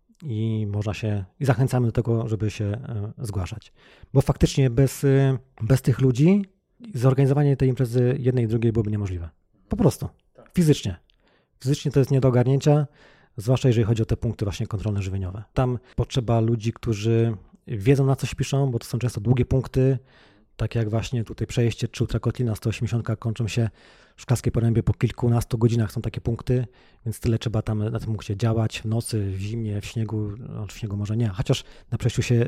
i można się, i zachęcamy do tego, żeby się zgłaszać. Bo faktycznie bez tych ludzi zorganizowanie tej imprezy jednej i drugiej byłoby niemożliwe. Po prostu. Fizycznie. Fizycznie to jest nie do ogarnięcia, zwłaszcza jeżeli chodzi o te punkty właśnie kontrolne żywieniowe. Tam potrzeba ludzi, którzy wiedzą, na co się piszą, bo to są często długie punkty, tak jak właśnie tutaj przejście czy ultrakotlina 180 kończą się w Szklarskiej Porębie po kilkunastu godzinach są takie punkty, więc tyle trzeba tam na tym punkcie działać w nocy, w zimie, w śniegu może nie, chociaż na przejściu się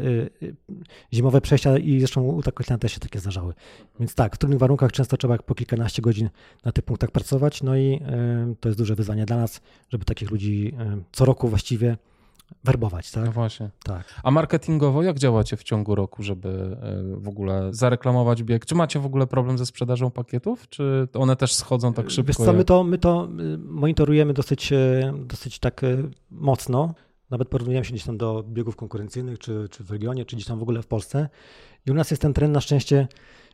zimowe przejścia i zresztą ultrakotlina też się takie zdarzały. Więc tak, w trudnych warunkach często trzeba po kilkanaście godzin na tych punktach pracować, no i to jest duże wyzwanie dla nas, żeby takich ludzi co roku właściwie werbować, tak? No właśnie. Tak. A marketingowo jak działacie w ciągu roku, żeby w ogóle zareklamować bieg? Czy macie w ogóle problem ze sprzedażą pakietów? Czy one też schodzą tak szybko? Wiesz co, my to monitorujemy dosyć tak mocno. Nawet porównujemy się gdzieś tam do biegów konkurencyjnych, czy w regionie, czy gdzieś tam w ogóle w Polsce. I u nas jest ten trend na szczęście,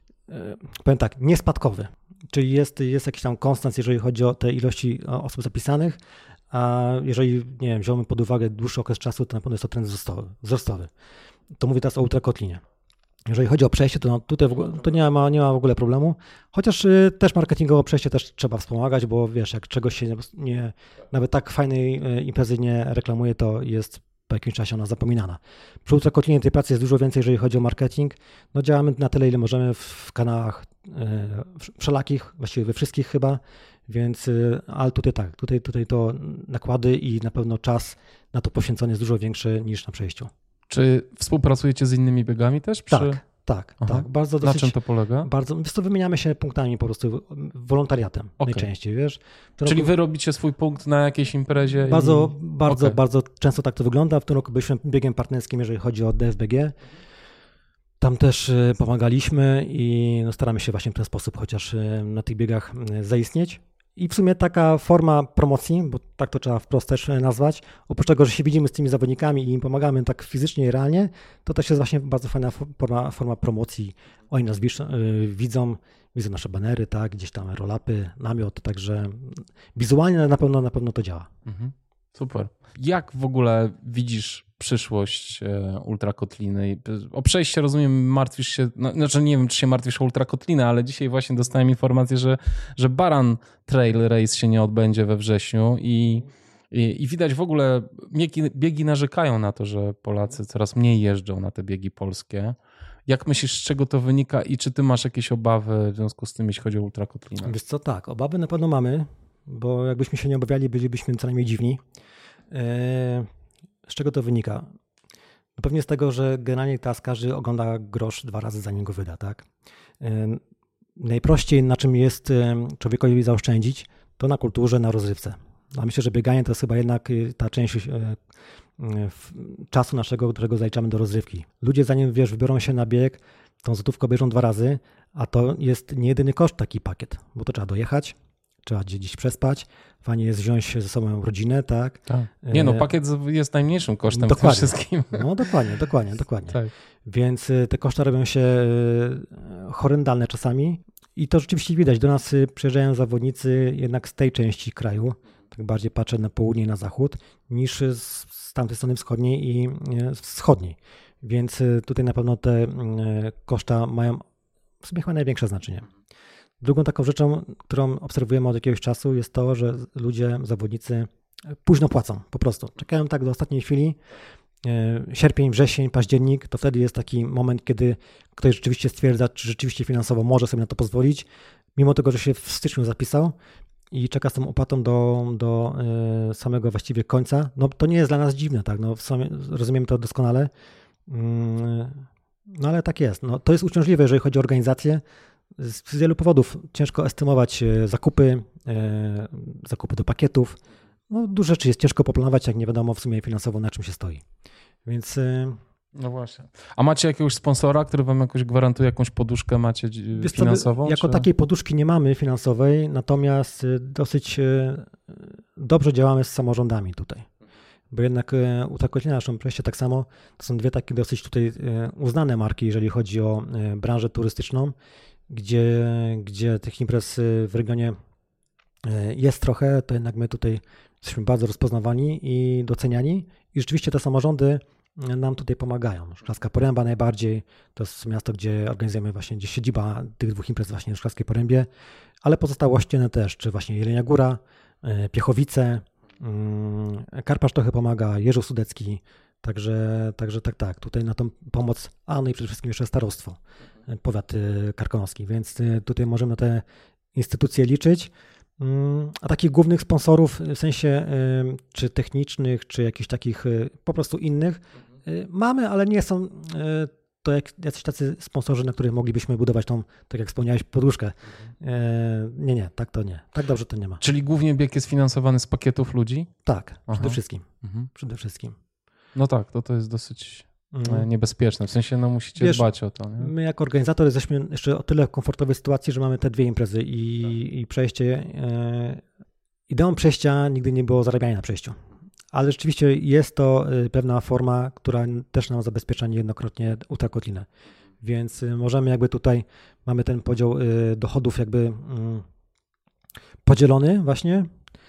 powiem tak, niespadkowy. Czyli jest jakiś tam konstans, jeżeli chodzi o te ilości osób zapisanych, a jeżeli, nie wiem, wziąłbym pod uwagę dłuższy okres czasu, to na pewno jest to trend wzrostowy. To mówię teraz o ultrakotlinie. Jeżeli chodzi o przejście, to tutaj to nie ma w ogóle problemu, chociaż też marketingowo przejście też trzeba wspomagać, bo wiesz, jak czegoś się nawet tak fajnej imprezy nie reklamuje, to jest po jakimś czasie ona zapominana. Przy ultrakotlinie tej pracy jest dużo więcej, jeżeli chodzi o marketing. No działamy na tyle, ile możemy w kanałach wszelakich, właściwie we wszystkich chyba, więc, ale tutaj tak, tutaj to nakłady i na pewno czas na to poświęcony jest dużo większy niż na przejściu. Czy współpracujecie z innymi biegami też? Tak. Bardzo na czym to polega? Wymieniamy się punktami po prostu wolontariatem najczęściej, wiesz. Czyli wy robicie swój punkt na jakiejś imprezie? Bardzo często tak to wygląda. W tym roku byliśmy biegiem partnerskim, jeżeli chodzi o DFBG. Tam też pomagaliśmy i staramy się właśnie w ten sposób chociaż na tych biegach zaistnieć. I w sumie taka forma promocji, bo tak to trzeba wprost też nazwać, oprócz tego, że się widzimy z tymi zawodnikami i im pomagamy tak fizycznie i realnie, to też jest właśnie bardzo fajna forma promocji. Oni nas widzą nasze banery, tak, gdzieś tam roll-upy, namiot, także wizualnie na pewno to działa. Super. Jak w ogóle widzisz przyszłość ultrakotliny? O przejście, rozumiem, martwisz się, znaczy nie wiem, czy się martwisz o ultrakotlinę, ale dzisiaj właśnie dostałem informację, że Baran Trail Race się nie odbędzie we wrześniu i widać w ogóle, biegi narzekają na to, że Polacy coraz mniej jeżdżą na te biegi polskie. Jak myślisz, z czego to wynika i czy ty masz jakieś obawy w związku z tym, jeśli chodzi o ultrakotlinę? Wiesz co, tak, obawy na pewno mamy, bo jakbyśmy się nie obawiali, bylibyśmy co najmniej dziwni. Z czego to wynika? Pewnie z tego, że generalnie teraz każdy ogląda grosz 2 razy, zanim go wyda, tak? Najprościej, na czym jest człowiekowi zaoszczędzić, to na kulturze, na rozrywce. A myślę, że bieganie to jest chyba jednak ta część czasu naszego, którego zaliczamy do rozrywki. Ludzie zanim, wybiorą się na bieg, tą złotówkę bierzą 2 razy, a to jest nie jedyny koszt taki pakiet, bo to trzeba dojechać, trzeba gdzieś przespać, fajnie jest wziąć ze sobą rodzinę, tak? Nie pakiet jest najmniejszym kosztem dokładnie. w tym wszystkim. No dokładnie. Tak. Więc te koszty robią się horrendalne czasami i to rzeczywiście widać. Do nas przyjeżdżają zawodnicy jednak z tej części kraju, tak bardziej patrzę na południe i na zachód, niż z tamtej strony wschodniej i wschodniej. Więc tutaj na pewno te koszta mają w sumie chyba największe znaczenie. Drugą taką rzeczą, którą obserwujemy od jakiegoś czasu, jest to, że ludzie, zawodnicy późno płacą, po prostu. Czekają tak do ostatniej chwili. Sierpień, wrzesień, październik, to wtedy jest taki moment, kiedy ktoś rzeczywiście stwierdza, czy rzeczywiście finansowo może sobie na to pozwolić, mimo tego, że się w styczniu zapisał i czeka z tą opłatą do samego właściwie końca, no to nie jest dla nas dziwne, tak, no rozumiemy to doskonale, no ale tak jest. No, to jest uciążliwe, jeżeli chodzi o organizację, z wielu powodów. Ciężko estymować zakupy do pakietów, no dużo rzeczy jest ciężko poplanować, jak nie wiadomo w sumie finansowo na czym się stoi, więc... No właśnie. A macie jakiegoś sponsora, który wam jakoś gwarantuje jakąś poduszkę macie finansową? Jako takiej poduszki nie mamy finansowej, natomiast dosyć dobrze działamy z samorządami tutaj. Bo jednak Ultrakotlina, naszą Przejście tak samo, to są dwie takie dosyć tutaj uznane marki, jeżeli chodzi o branżę turystyczną, gdzie tych imprez w regionie jest trochę, to jednak my tutaj jesteśmy bardzo rozpoznawani i doceniani i rzeczywiście te samorządy nam tutaj pomagają. Szklarska Poręba najbardziej, to jest miasto, gdzie organizujemy właśnie, gdzie siedziba tych dwóch imprez właśnie w Szklarskiej Porębie, ale pozostałości też, czy właśnie Jelenia Góra, Piechowice, Karpacz trochę pomaga, Jeżów Sudecki, także tak, tutaj na tą pomoc, no i przede wszystkim jeszcze starostwo, powiat karkonoski, więc tutaj możemy na te instytucje liczyć. A takich głównych sponsorów, w sensie czy technicznych, czy jakichś takich po prostu innych mamy, ale nie są to jacyś tacy sponsorzy, na których moglibyśmy budować tą, tak jak wspomniałeś, poduszkę. Nie, tak to nie. Tak dobrze to nie ma. Czyli głównie bieg jest finansowany z pakietów ludzi? Tak, przede wszystkim. No tak, to jest dosyć niebezpieczne. W sensie musicie dbać o to. Nie? My jako organizator jesteśmy jeszcze o tyle w komfortowej sytuacji, że mamy te dwie imprezy i przejście. Ideą przejścia nigdy nie było zarabianie na przejściu. Ale rzeczywiście jest to pewna forma, która też nam zabezpiecza niejednokrotnie Ultrakotlinę. Więc możemy jakby tutaj, mamy ten podział dochodów jakby podzielony właśnie.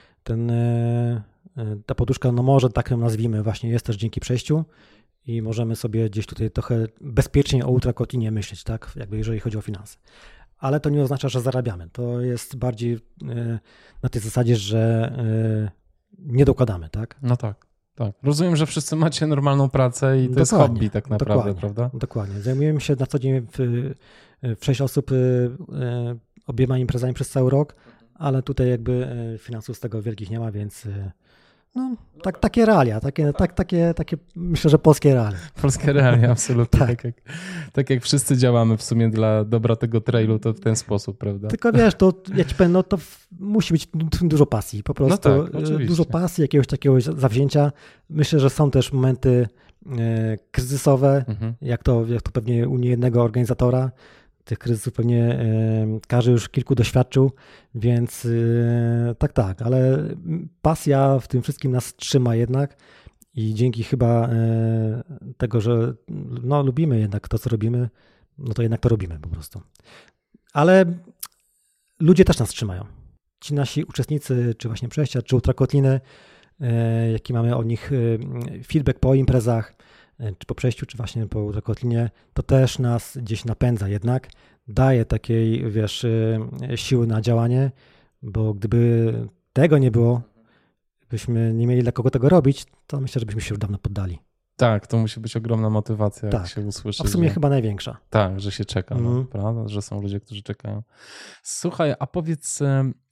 Ta poduszka, no może tak ją nazwijmy, właśnie jest też dzięki przejściu i możemy sobie gdzieś tutaj trochę bezpieczniej o Ultrakotlinie myśleć, tak, jakby jeżeli chodzi o finanse. Ale to nie oznacza, że zarabiamy. To jest bardziej na tej zasadzie, że nie dokładamy, tak? No tak. Rozumiem, że wszyscy macie normalną pracę i to jest hobby tak naprawdę, prawda? Dokładnie. Zajmujemy się na co dzień w 6 osób obiema imprezami przez cały rok, ale tutaj jakby finansów z tego wielkich nie ma, więc no, takie realia, takie myślę, że polskie realia. Polskie realia, absolutnie. Tak jak wszyscy działamy w sumie dla dobra tego trailu, to w ten sposób, prawda? Tylko wiesz, to ja ci powiem, no to musi być dużo pasji, po prostu dużo pasji, jakiegoś takiego zawzięcia. Myślę, że są też momenty kryzysowe, jak to pewnie u niejednego organizatora. Tych kryzysów pewnie każdy już kilku doświadczył, więc tak, ale pasja w tym wszystkim nas trzyma jednak i dzięki chyba tego, że no, lubimy jednak to, co robimy, no to jednak to robimy po prostu. Ale ludzie też nas trzymają. Ci nasi uczestnicy, czy właśnie przejścia, czy Ultrakotliny, jaki mamy od nich feedback po imprezach, czy po przejściu, czy właśnie po Ultrakotlinie, to też nas gdzieś napędza jednak, daje takiej, wiesz, siły na działanie, bo gdyby tego nie było, byśmy nie mieli dla kogo tego robić, to myślę, że byśmy się już dawno poddali. Tak, to musi być ogromna motywacja, jak się usłyszy. A w sumie chyba największa. Tak, że się czeka, prawda? Że są ludzie, którzy czekają. Słuchaj, a powiedz,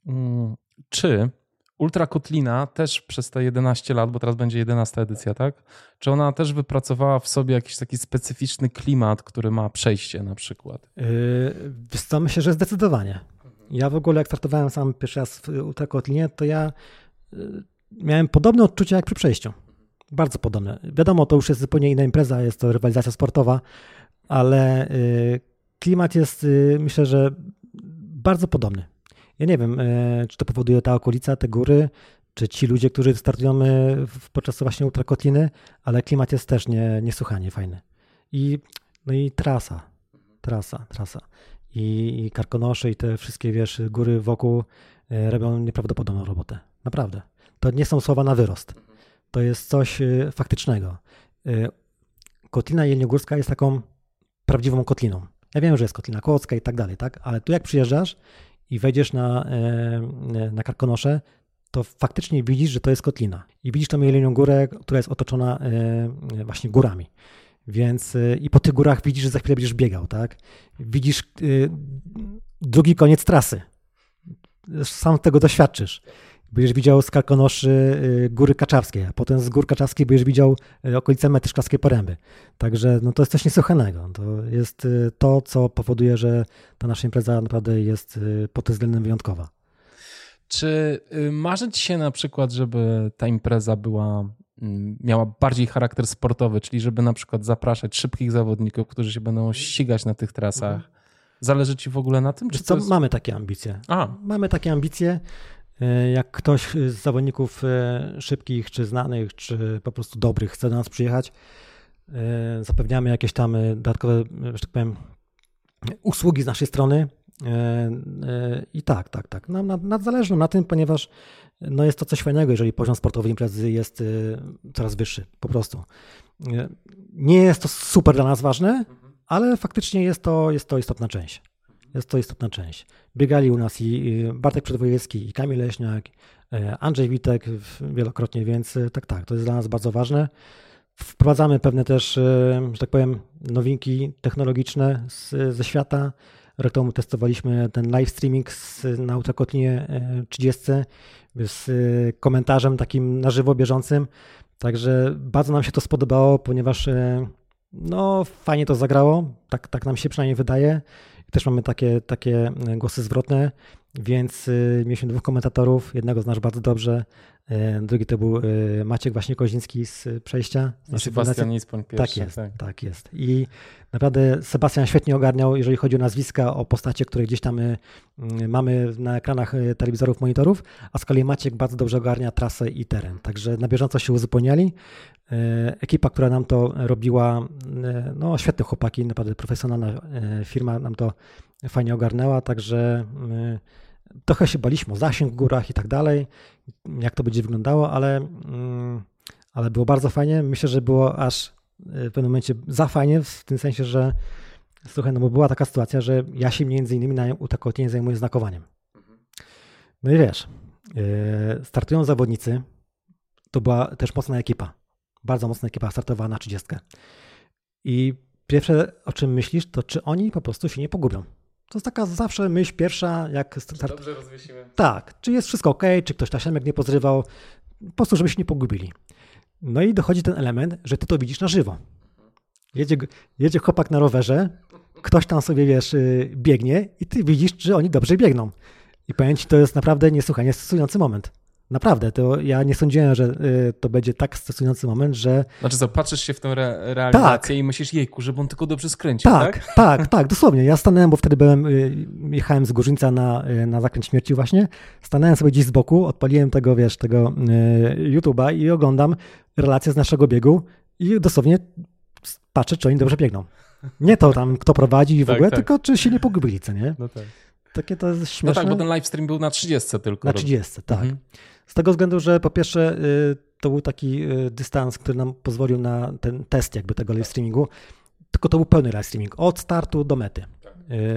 czy Ultrakotlina też przez te 11 lat, bo teraz będzie 11 edycja, tak? Czy ona też wypracowała w sobie jakiś taki specyficzny klimat, który ma przejście na przykład? Wiesz co, myślę, że zdecydowanie. Ja w ogóle jak startowałem sam pierwszy raz w Ultrakotlinie, to ja miałem podobne odczucia jak przy przejściu. Bardzo podobne. Wiadomo, to już jest zupełnie inna impreza, jest to rywalizacja sportowa, ale klimat jest, myślę, że bardzo podobny. Ja nie wiem, czy to powoduje ta okolica, te góry, czy ci ludzie, którzy startują podczas właśnie Ultrakotliny, ale klimat jest też niesłychanie fajny. No i trasa. I Karkonosze i te wszystkie, wiesz, góry wokół robią nieprawdopodobną robotę. Naprawdę. To nie są słowa na wyrost. To jest coś faktycznego. Kotlina Jeleniogórska jest taką prawdziwą kotliną. Ja wiem, że jest Kotlina Kłodzka i tak dalej, tak? Ale tu jak przyjeżdżasz i wejdziesz na Karkonosze, to faktycznie widzisz, że to jest kotlina. I widzisz tą Jelenią Górę, która jest otoczona właśnie górami. Więc i po tych górach widzisz, że za chwilę będziesz biegał, tak? Widzisz drugi koniec trasy. sam tego doświadczysz. Będziesz widział z Karkonoszy Góry Kaczawskie, a potem z Gór Kaczawskich będziesz widział okolice Mety Szklarskiej Poręby. Także no, to jest coś niesłychanego. To jest to, co powoduje, że ta nasza impreza naprawdę jest pod tym względem wyjątkowa. Czy marzy ci się na przykład, żeby ta impreza miała bardziej charakter sportowy, czyli żeby na przykład zapraszać szybkich zawodników, którzy się będą ścigać na tych trasach? Zależy ci w ogóle na tym? Czy co, mamy takie ambicje. Mamy takie ambicje. Jak ktoś z zawodników szybkich, czy znanych, czy po prostu dobrych chce do nas przyjechać, zapewniamy jakieś tam dodatkowe, że tak powiem, usługi z naszej strony. I tak. Nam zależy na tym, ponieważ no jest to coś fajnego, jeżeli poziom sportowy imprezy jest coraz wyższy, po prostu. Nie jest to super dla nas ważne, ale faktycznie jest to istotna część. Jest to istotna część. Biegali u nas i Bartek Przedwojewski, i Kamil Leśniak, Andrzej Witek wielokrotnie, więc tak, to jest dla nas bardzo ważne. Wprowadzamy pewne też, że tak powiem, nowinki technologiczne ze świata. Rok temu testowaliśmy ten live streaming na Ultrakotlinie 30 z komentarzem takim na żywo bieżącym. Także bardzo nam się to spodobało, ponieważ no fajnie to zagrało, tak nam się przynajmniej wydaje. Też mamy takie głosy zwrotne, więc mieliśmy 2 komentatorów, jednego znasz bardzo dobrze, drugi to był Maciek właśnie Koziński z Przejścia. I Sebastian Nispoń pierwszy. Tak jest. I naprawdę Sebastian świetnie ogarniał, jeżeli chodzi o nazwiska, o postacie, które gdzieś tam mamy na ekranach telewizorów, monitorów, a z kolei Maciek bardzo dobrze ogarnia trasę i teren. Także na bieżąco się uzupełniali. Ekipa, która nam to robiła, no świetne chłopaki, naprawdę profesjonalna firma nam to fajnie ogarnęła, także trochę się baliśmy o zasięg w górach i tak dalej, jak to będzie wyglądało, ale było bardzo fajnie. Myślę, że było aż w pewnym momencie za fajnie, w tym sensie, że słuchaj, no bo była taka sytuacja, że ja się między innymi na Ultrakotlinie zajmuję znakowaniem. No i wiesz, startują zawodnicy, to była też mocna ekipa, bardzo mocna ekipa startowała na 30. I pierwsze, o czym myślisz, to czy oni po prostu się nie pogubią. To jest taka zawsze myśl pierwsza, jak dobrze rozwiesiłem. Tak, czy jest wszystko ok, czy ktoś tasiamek nie pozrywał, po prostu, żeby się nie pogubili. No i dochodzi ten element, że ty to widzisz na żywo. Jedzie chłopak na rowerze, ktoś tam sobie, wiesz, biegnie i ty widzisz, że oni dobrze biegną. I powiem ci, to jest naprawdę niesłychanie stresujący moment. Naprawdę, to ja nie sądziłem, że to będzie tak stresujący moment, że... Znaczy co, patrzysz się w tę realizację i myślisz, jejku, żeby on tylko dobrze skręcił, tak? Tak, dosłownie. Ja stanąłem, bo wtedy jechałem z Górzyńca na Zakręt Śmierci właśnie, stanąłem sobie gdzieś z boku, odpaliłem tego YouTube'a i oglądam relację z naszego biegu i dosłownie patrzę, czy oni dobrze biegną. Nie to tam, kto prowadzi w ogóle, tylko czy się nie pogubili, co nie? No tak. Takie to jest śmieszne. No tak, bo ten livestream był na 30 tylko. Na 30, tak. Z tego względu, że po pierwsze to był taki dystans, który nam pozwolił na ten test jakby tego live streamingu, tylko to był pełny live streaming od startu do mety. Tak.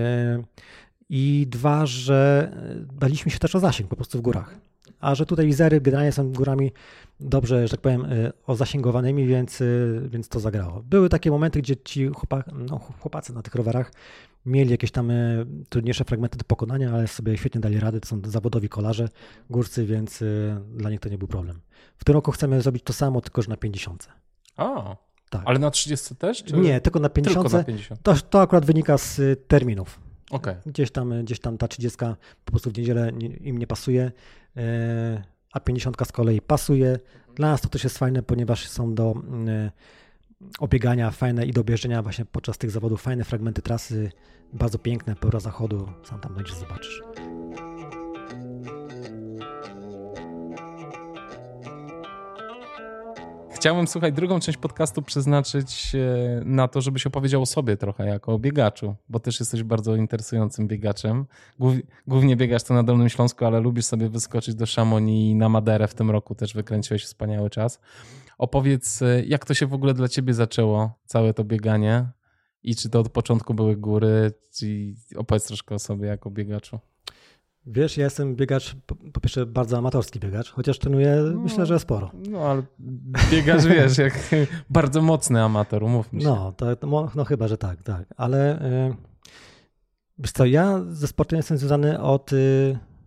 I 2, że baliśmy się też o zasięg po prostu w górach. A że tutaj wizery generalnie są górami dobrze, że tak powiem, ozasięgowanymi, więc to zagrało. Były takie momenty, gdzie ci chłopacy na tych rowerach mieli jakieś tam trudniejsze fragmenty do pokonania, ale sobie świetnie dali radę. To są zawodowi kolarze, górscy, więc dla nich to nie był problem. W tym roku chcemy zrobić to samo, tylko że na 50. Tak. Ale na 30 też? Czy... Nie, tylko na 50. Tylko na 50. To akurat wynika z terminów. Okay. Gdzieś tam ta 30 po prostu w niedzielę im nie pasuje, a 50 z kolei pasuje. Dla nas to też jest fajne, ponieważ są do obiegania fajne i do objeżdżenia właśnie podczas tych zawodów fajne fragmenty trasy, bardzo piękne, pora zachodu, sam tam będziesz zobaczysz. Chciałem, słuchaj, drugą część podcastu przeznaczyć na to, żebyś opowiedział o sobie trochę jako o biegaczu, bo też jesteś bardzo interesującym biegaczem. Głównie biegasz to na Dolnym Śląsku, ale lubisz sobie wyskoczyć do Chamonix i na Maderę w tym roku też wykręciłeś wspaniały czas. Opowiedz, jak to się w ogóle dla ciebie zaczęło, całe to bieganie i czy to od początku były góry, i opowiedz troszkę o sobie jako biegaczu. Wiesz, ja jestem biegacz, po pierwsze bardzo amatorski biegacz, chociaż trenuję, myślę, że sporo. No, ale biegacz, wiesz, jak bardzo mocny amator, umówmy się. No chyba, że tak, ale wiesz co, ja ze sportem jestem związany od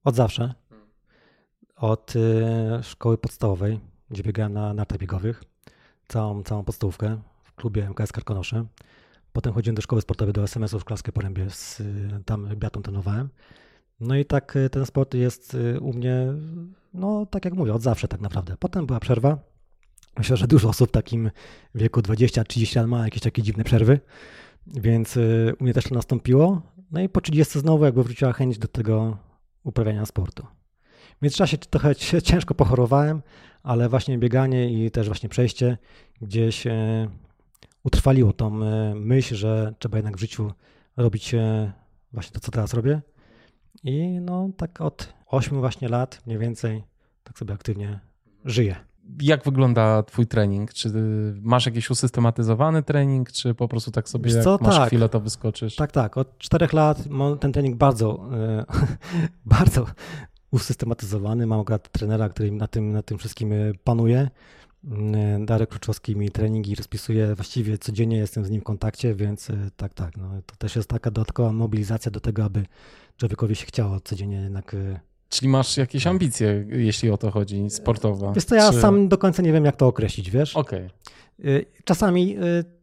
Od zawsze. Od szkoły podstawowej, gdzie biegałem na nartach biegowych. Całą podstawówkę w klubie MKS Karkonosze. Potem chodziłem do szkoły sportowej, do SMS-u w Szklarskiej Porębie, tam biathlon trenowałem. No i tak ten sport jest u mnie, no tak jak mówię, od zawsze tak naprawdę. Potem była przerwa. Myślę, że dużo osób w takim wieku 20-30 lat ma jakieś takie dziwne przerwy, więc u mnie też to nastąpiło. No i po 30 znowu jakby wróciła chęć do tego uprawiania sportu. W międzyczasie trochę ciężko pochorowałem, ale właśnie bieganie i też właśnie przejście gdzieś utrwaliło tą myśl, że trzeba jednak w życiu robić właśnie to, co teraz robię. I no tak od 8 właśnie lat mniej więcej tak sobie aktywnie żyję. Jak wygląda twój trening? Czy masz jakiś usystematyzowany trening, czy po prostu tak sobie jak masz chwilę, to wyskoczysz? Tak. Od 4 lat mam ten trening bardzo, bardzo usystematyzowany. Mam akurat trenera, który na tym wszystkim panuje. Darek Kruczowski mi treningi rozpisuje właściwie codziennie, jestem z nim w kontakcie, więc tak. No, to też jest taka dodatkowa mobilizacja do tego, aby człowiekowi się chciało codziennie jednak... Czyli masz jakieś ambicje, jeśli o to chodzi, sportowe? Wiesz co, ja sam do końca nie wiem, jak to określić, wiesz? Okej. Czasami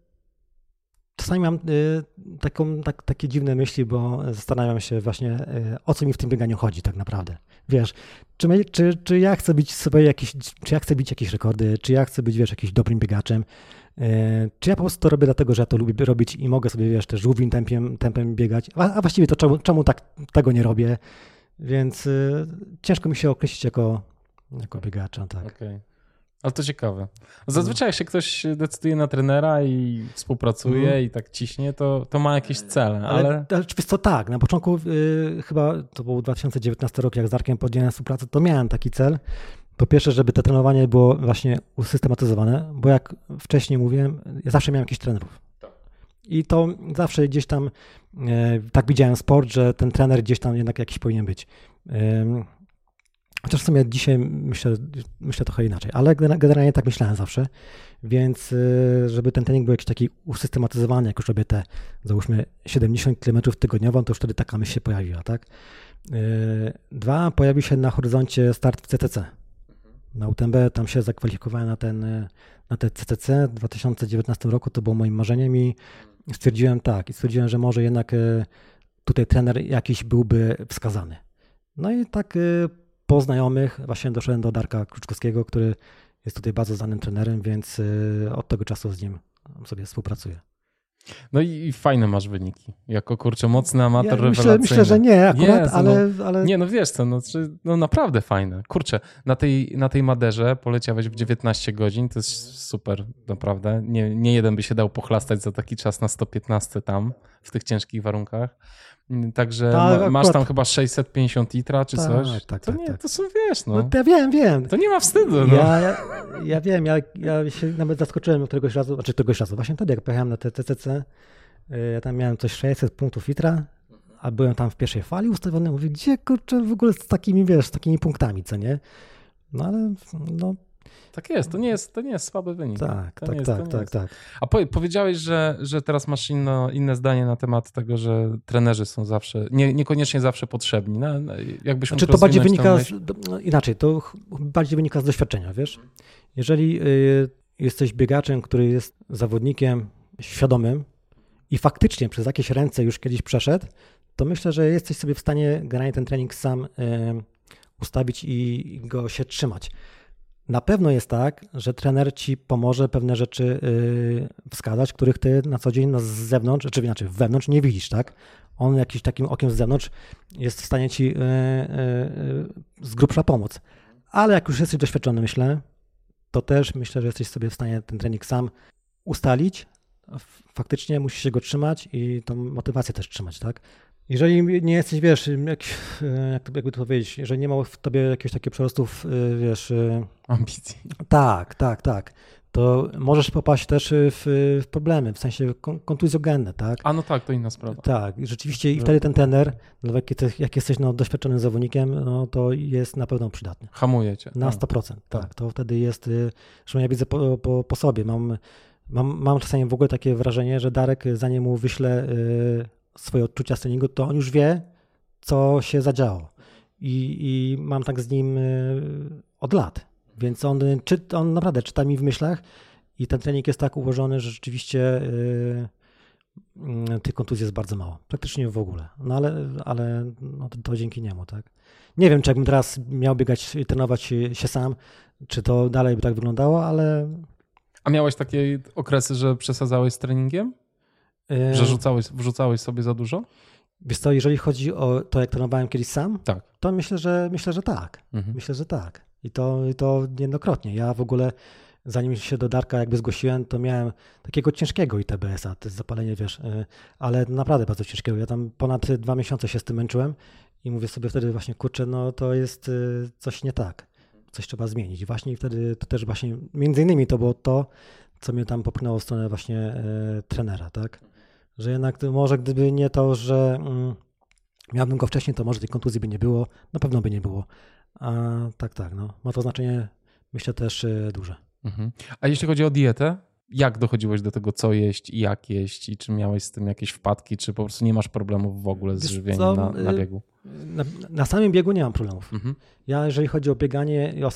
mam takie dziwne myśli, bo zastanawiam się właśnie, o co mi w tym bieganiu chodzi tak naprawdę. Wiesz, czy ja chcę bić sobie czy ja chcę bić jakieś rekordy, czy ja chcę być, wiesz, jakimś dobrym biegaczem, czy ja po prostu to robię dlatego, że ja to lubię robić i mogę sobie, wiesz, też żółwim tempem biegać, a właściwie to czemu tego nie robię, więc ciężko mi się określić jako biegacza, tak. Okay. Ale to ciekawe. Zazwyczaj jak się ktoś decyduje na trenera i współpracuje i tak ciśnie, to ma jakieś cele, ale wiesz co, tak, na początku chyba to był 2019 rok, jak z Darkiem podjąłem współpracę, to miałem taki cel. Po pierwsze, żeby to trenowanie było właśnie usystematyzowane, bo jak wcześniej mówiłem, ja zawsze miałem jakichś trenerów. I to zawsze gdzieś tam tak widziałem sport, że ten trener gdzieś tam jednak jakiś powinien być. Chociaż w sumie dzisiaj myślę trochę inaczej, ale generalnie tak myślałem zawsze, więc żeby ten trening był jakiś taki usystematyzowany, jak już robię te, załóżmy 70 km tygodniowo, to już wtedy taka myśl się pojawiła, tak? 2, pojawił się na horyzoncie start w CCC. Na UTMB tam się zakwalifikowałem na te CCC w 2019 roku, to było moim marzeniem i stwierdziłem, że może jednak tutaj trener jakiś byłby wskazany. No i tak po znajomych właśnie doszedłem do Darka Kruczkowskiego, który jest tutaj bardzo znanym trenerem, więc od tego czasu z nim sobie współpracuję. No i fajne masz wyniki. Jako mocny amator rewelacyjny. Myślę, że nie akurat, ale... Nie, no wiesz co, no naprawdę fajne. Kurczę, na tej Maderze poleciałeś w 19 godzin, to jest super, naprawdę. Nie jeden by się dał pochlastać za taki czas na 115 tam, w tych ciężkich warunkach. Także masz tam chyba 650 litra czy coś. Tak. To są, wiesz, no. Ja wiem. To nie ma wstydu, no. Ja wiem, ja się nawet zaskoczyłem któregoś razu, właśnie wtedy jak pojechałem na TCC, ja tam miałem coś 600 punktów litra, a byłem tam w pierwszej fali ustawiony, mówię, gdzie kurczę w ogóle z takimi punktami, co nie? No ale no... Tak jest, to nie jest słaby wynik. Tak. A powiedziałeś, że teraz masz inne zdanie na temat tego, że trenerzy są zawsze, niekoniecznie zawsze potrzebni. Jakbyś mógł to bardziej wynika inaczej, to bardziej wynika z doświadczenia, wiesz? Jeżeli jesteś biegaczem, który jest zawodnikiem świadomym i faktycznie przez jakieś ręce już kiedyś przeszedł, to myślę, że jesteś sobie w stanie generalnie ten trening sam ustawić i go się trzymać. Na pewno jest tak, że trener ci pomoże pewne rzeczy wskazać, których ty na co dzień z zewnątrz, czy inaczej wewnątrz nie widzisz, tak? On jakimś takim okiem z zewnątrz jest w stanie ci z grubsza pomóc. Ale jak już jesteś doświadczony, to też myślę, że jesteś sobie w stanie ten trening sam ustalić. Faktycznie musisz się go trzymać i tą motywację też trzymać, tak? Jeżeli nie jesteś, wiesz, jakby to powiedzieć, jeżeli nie ma w tobie jakiegoś takiego przerostów, wiesz... Ambicji. Tak, to możesz popaść też w problemy, w sensie kontuzjogenne, tak? A no tak, to inna sprawa. Tak, rzeczywiście i wtedy ten trener, jak jesteś doświadczonym zawodnikiem, no to jest na pewno przydatny. Hamuje cię. Na 100%, tak. To wtedy jest, zresztą ja widzę po sobie, mam czasami w ogóle takie wrażenie, że Darek, zanim mu wyśle swoje odczucia z treningu, to on już wie, co się zadziało. i mam tak z nim od lat. Więc on naprawdę czyta mi w myślach i ten trening jest tak ułożony, że rzeczywiście tych kontuzji jest bardzo mało. Praktycznie w ogóle. No ale no to dzięki niemu, tak. Nie wiem, czy jakbym teraz miał biegać i trenować się sam, czy to dalej by tak wyglądało, ale... A miałeś takie okresy, że przesadzałeś z treningiem? Że wrzucałeś sobie za dużo? Wiesz co, jeżeli chodzi o to, jak trenowałem kiedyś sam, tak. To myślę, że tak. Myślę, że tak. I to niejednokrotnie. Ja w ogóle, zanim się do Darka jakby zgłosiłem, to miałem takiego ciężkiego ITBS-a, to jest zapalenie, wiesz, ale naprawdę bardzo ciężkiego. Ja tam ponad 2 miesiące się z tym męczyłem i mówię sobie wtedy właśnie, kurczę, no to jest coś nie tak. Coś trzeba zmienić. I właśnie wtedy to też właśnie, między innymi to było to, co mnie tam popchnęło w stronę właśnie trenera, tak? Że jednak może gdyby nie to, że miałbym go wcześniej, to może tej kontuzji by nie było, na pewno by nie było. A tak, no. Ma to znaczenie, myślę, też duże. A jeśli chodzi o dietę, jak dochodziłeś do tego, co jeść i jak jeść i czy miałeś z tym jakieś wpadki, czy po prostu nie masz problemów w ogóle z żywieniem na biegu? Na samym biegu nie mam problemów. Ja, jeżeli chodzi o bieganie i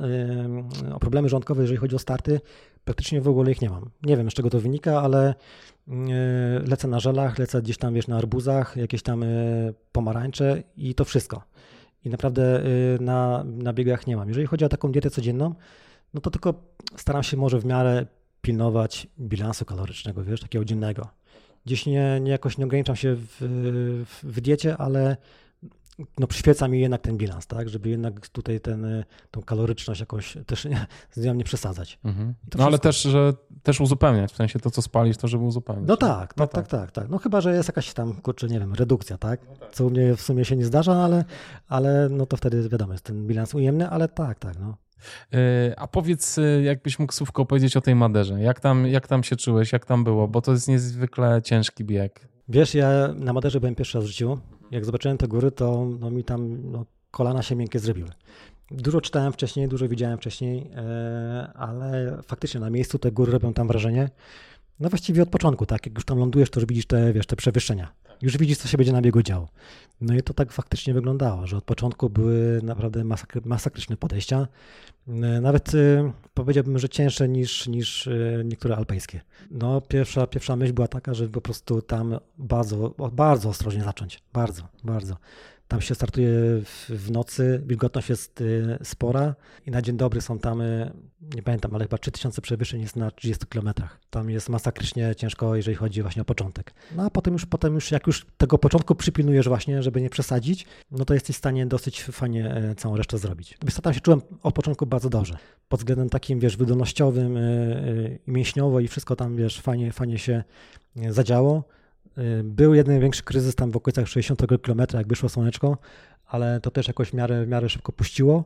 o problemy żołądkowe, jeżeli chodzi o starty, praktycznie w ogóle ich nie mam. Nie wiem, z czego to wynika, ale lecę na żelach, lecę gdzieś tam, wiesz, na arbuzach, jakieś tam pomarańcze i to wszystko. I naprawdę na biegach nie mam. Jeżeli chodzi o taką dietę codzienną, no to tylko staram się może w miarę pilnować bilansu kalorycznego, wiesz, takiego dziennego. Gdzieś jakoś nie ograniczam się w diecie, ale no przyświeca mi jednak ten bilans, tak, żeby jednak tutaj tą kaloryczność jakoś też z nią nie przesadzać. No ale też uzupełniać, w sensie to, co spalisz, to żeby uzupełnić. No tak. No chyba, że jest jakaś tam, kurczę, nie wiem, redukcja, tak, co u mnie w sumie się nie zdarza, ale no to wtedy wiadomo, jest ten bilans ujemny, ale tak, no. A powiedz, jakbyś mógł słówko powiedzieć o tej Maderze. Jak tam się czułeś, jak tam było? Bo to jest niezwykle ciężki bieg. Wiesz, ja na Maderze byłem pierwszy raz w życiu. Jak zobaczyłem te góry, to mi tam kolana się miękkie zrobiły. Dużo czytałem wcześniej, dużo widziałem wcześniej, ale faktycznie na miejscu te góry robią tam wrażenie. No właściwie od początku, tak? Jak już tam lądujesz, to już widzisz te przewyższenia. Już widzisz, co się będzie na biegu działo. No i to tak faktycznie wyglądało, że od początku były naprawdę masakryczne podejścia. Nawet powiedziałbym, że cięższe niż niektóre alpejskie. No pierwsza myśl była taka, żeby po prostu tam bardzo ostrożnie zacząć. Bardzo. Tam się startuje w nocy, wilgotność jest spora i na dzień dobry są tam, nie pamiętam, ale chyba 3000 przewyższeń jest na 30 kilometrach. Tam jest masakrycznie ciężko, jeżeli chodzi właśnie o początek. No a potem już jak już tego początku przypilnujesz właśnie, żeby nie przesadzić, no to jesteś w stanie dosyć fajnie całą resztę zrobić. Wiesz co, tam się czułem od początku bardzo dobrze. Pod względem takim, wiesz, wydolnościowym, mięśniowo i wszystko tam, wiesz, fajnie się zadziało. Był jeden większy kryzys tam w okolicach 60 km, jak wyszło słoneczko, ale to też jakoś w miarę szybko puściło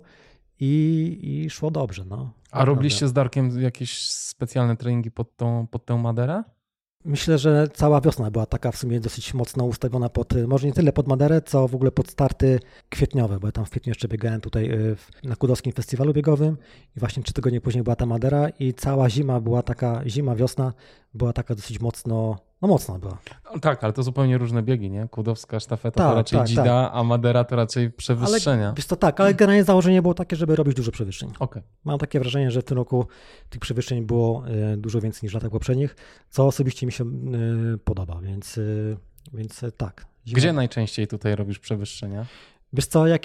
i szło dobrze. No. A robiliście z Darkiem jakieś specjalne treningi pod tę Maderę? Myślę, że cała wiosna była taka w sumie dosyć mocno ustawiona może nie tyle pod Maderę, co w ogóle pod starty kwietniowe, bo ja tam w kwietniu jeszcze biegałem tutaj na Kudowskim Festiwalu Biegowym i właśnie 3 tygodnie później była ta Madera i cała zima była taka, wiosna była taka dosyć mocna była. Tak, ale to zupełnie różne biegi, nie? Kudowska sztafeta to raczej dzida, a Madera to raczej przewyższenia. Ale, wiesz to tak, ale generalnie założenie było takie, żeby robić dużo przewyższeń. Okay. Mam takie wrażenie, że w tym roku tych przewyższeń było dużo więcej niż w latach poprzednich, co osobiście mi się podoba, więc tak. Gdzie najczęściej tutaj robisz przewyższenia? Wiesz co, jak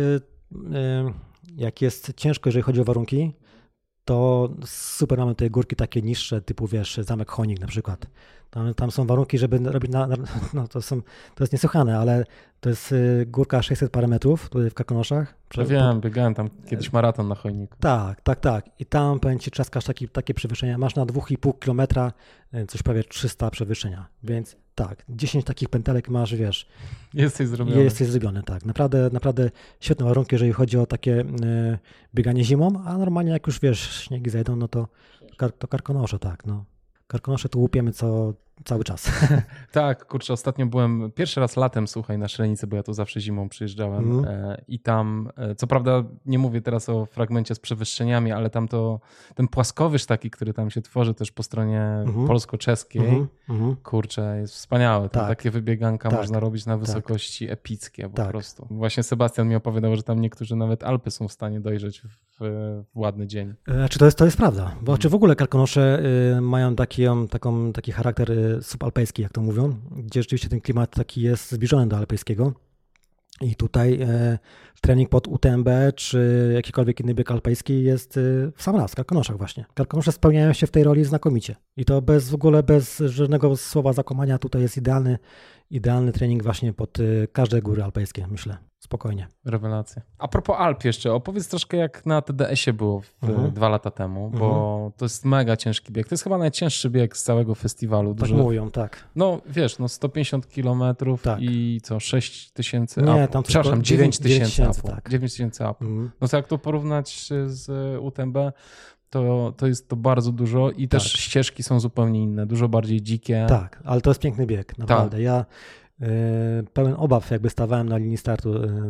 jest ciężko, jeżeli chodzi o warunki, to super mamy tutaj górki takie niższe, typu wiesz, Zamek Chonik na przykład. Tam są warunki, żeby robić no to jest niesłychane, ale to jest górka 600 parę metrów tutaj w Karkonoszach. Ja wiem, biegałem tam kiedyś maraton na Chojniku. Tak. I tam powiem ci, trzaskasz takie przewyższenia. Masz na 2,5 kilometra coś prawie 300 przewyższenia, więc tak, 10 takich pętelek masz, wiesz. Jesteś zrobiony, tak. Naprawdę świetne warunki, jeżeli chodzi o takie bieganie zimą, a normalnie jak już wiesz, śniegi zejdą, no to Karkonosze, tak, no. Karkonosze tu łupiemy cały czas. Tak, kurczę, ostatnio byłem pierwszy raz latem, słuchaj, na Szrenicy, bo ja tu zawsze zimą przyjeżdżałem i tam, co prawda nie mówię teraz o fragmencie z przewyższeniami, ale tam ten płaskowyż taki, który tam się tworzy też po stronie polsko-czeskiej, kurczę, jest wspaniały. Tam takie wybieganka można robić na wysokości epickie po prostu. Właśnie Sebastian mi opowiadał, że tam niektórzy nawet Alpy są w stanie dojrzeć w ładny dzień. Czy to jest prawda, bo czy w ogóle Karkonosze mają taki charakter subalpejski, jak to mówią, gdzie rzeczywiście ten klimat taki jest zbliżony do alpejskiego i tutaj trening pod UTMB czy jakikolwiek inny bieg alpejski jest w sam raz, w Karkonoszach właśnie. Karkonosze spełniają się w tej roli znakomicie i to bez żadnego słowa zakłamania tutaj jest idealny trening właśnie pod każde góry alpejskie, myślę. Spokojnie. Rewelacja. A propos Alp jeszcze, opowiedz troszkę jak na TDS-ie było 2 lata temu, bo to jest mega ciężki bieg. To jest chyba najcięższy bieg z całego festiwalu. Tak mówią, tak. No wiesz, 150 kilometrów i 6 tysięcy Nie, tam przepraszam, 9 tysięcy upów. Tak. 9 tysięcy upów. No to jak to porównać z UTMB, to jest to bardzo dużo i też ścieżki są zupełnie inne, dużo bardziej dzikie. Tak, ale to jest piękny bieg, naprawdę. Ja pełen obaw jakby stawałem na linii startu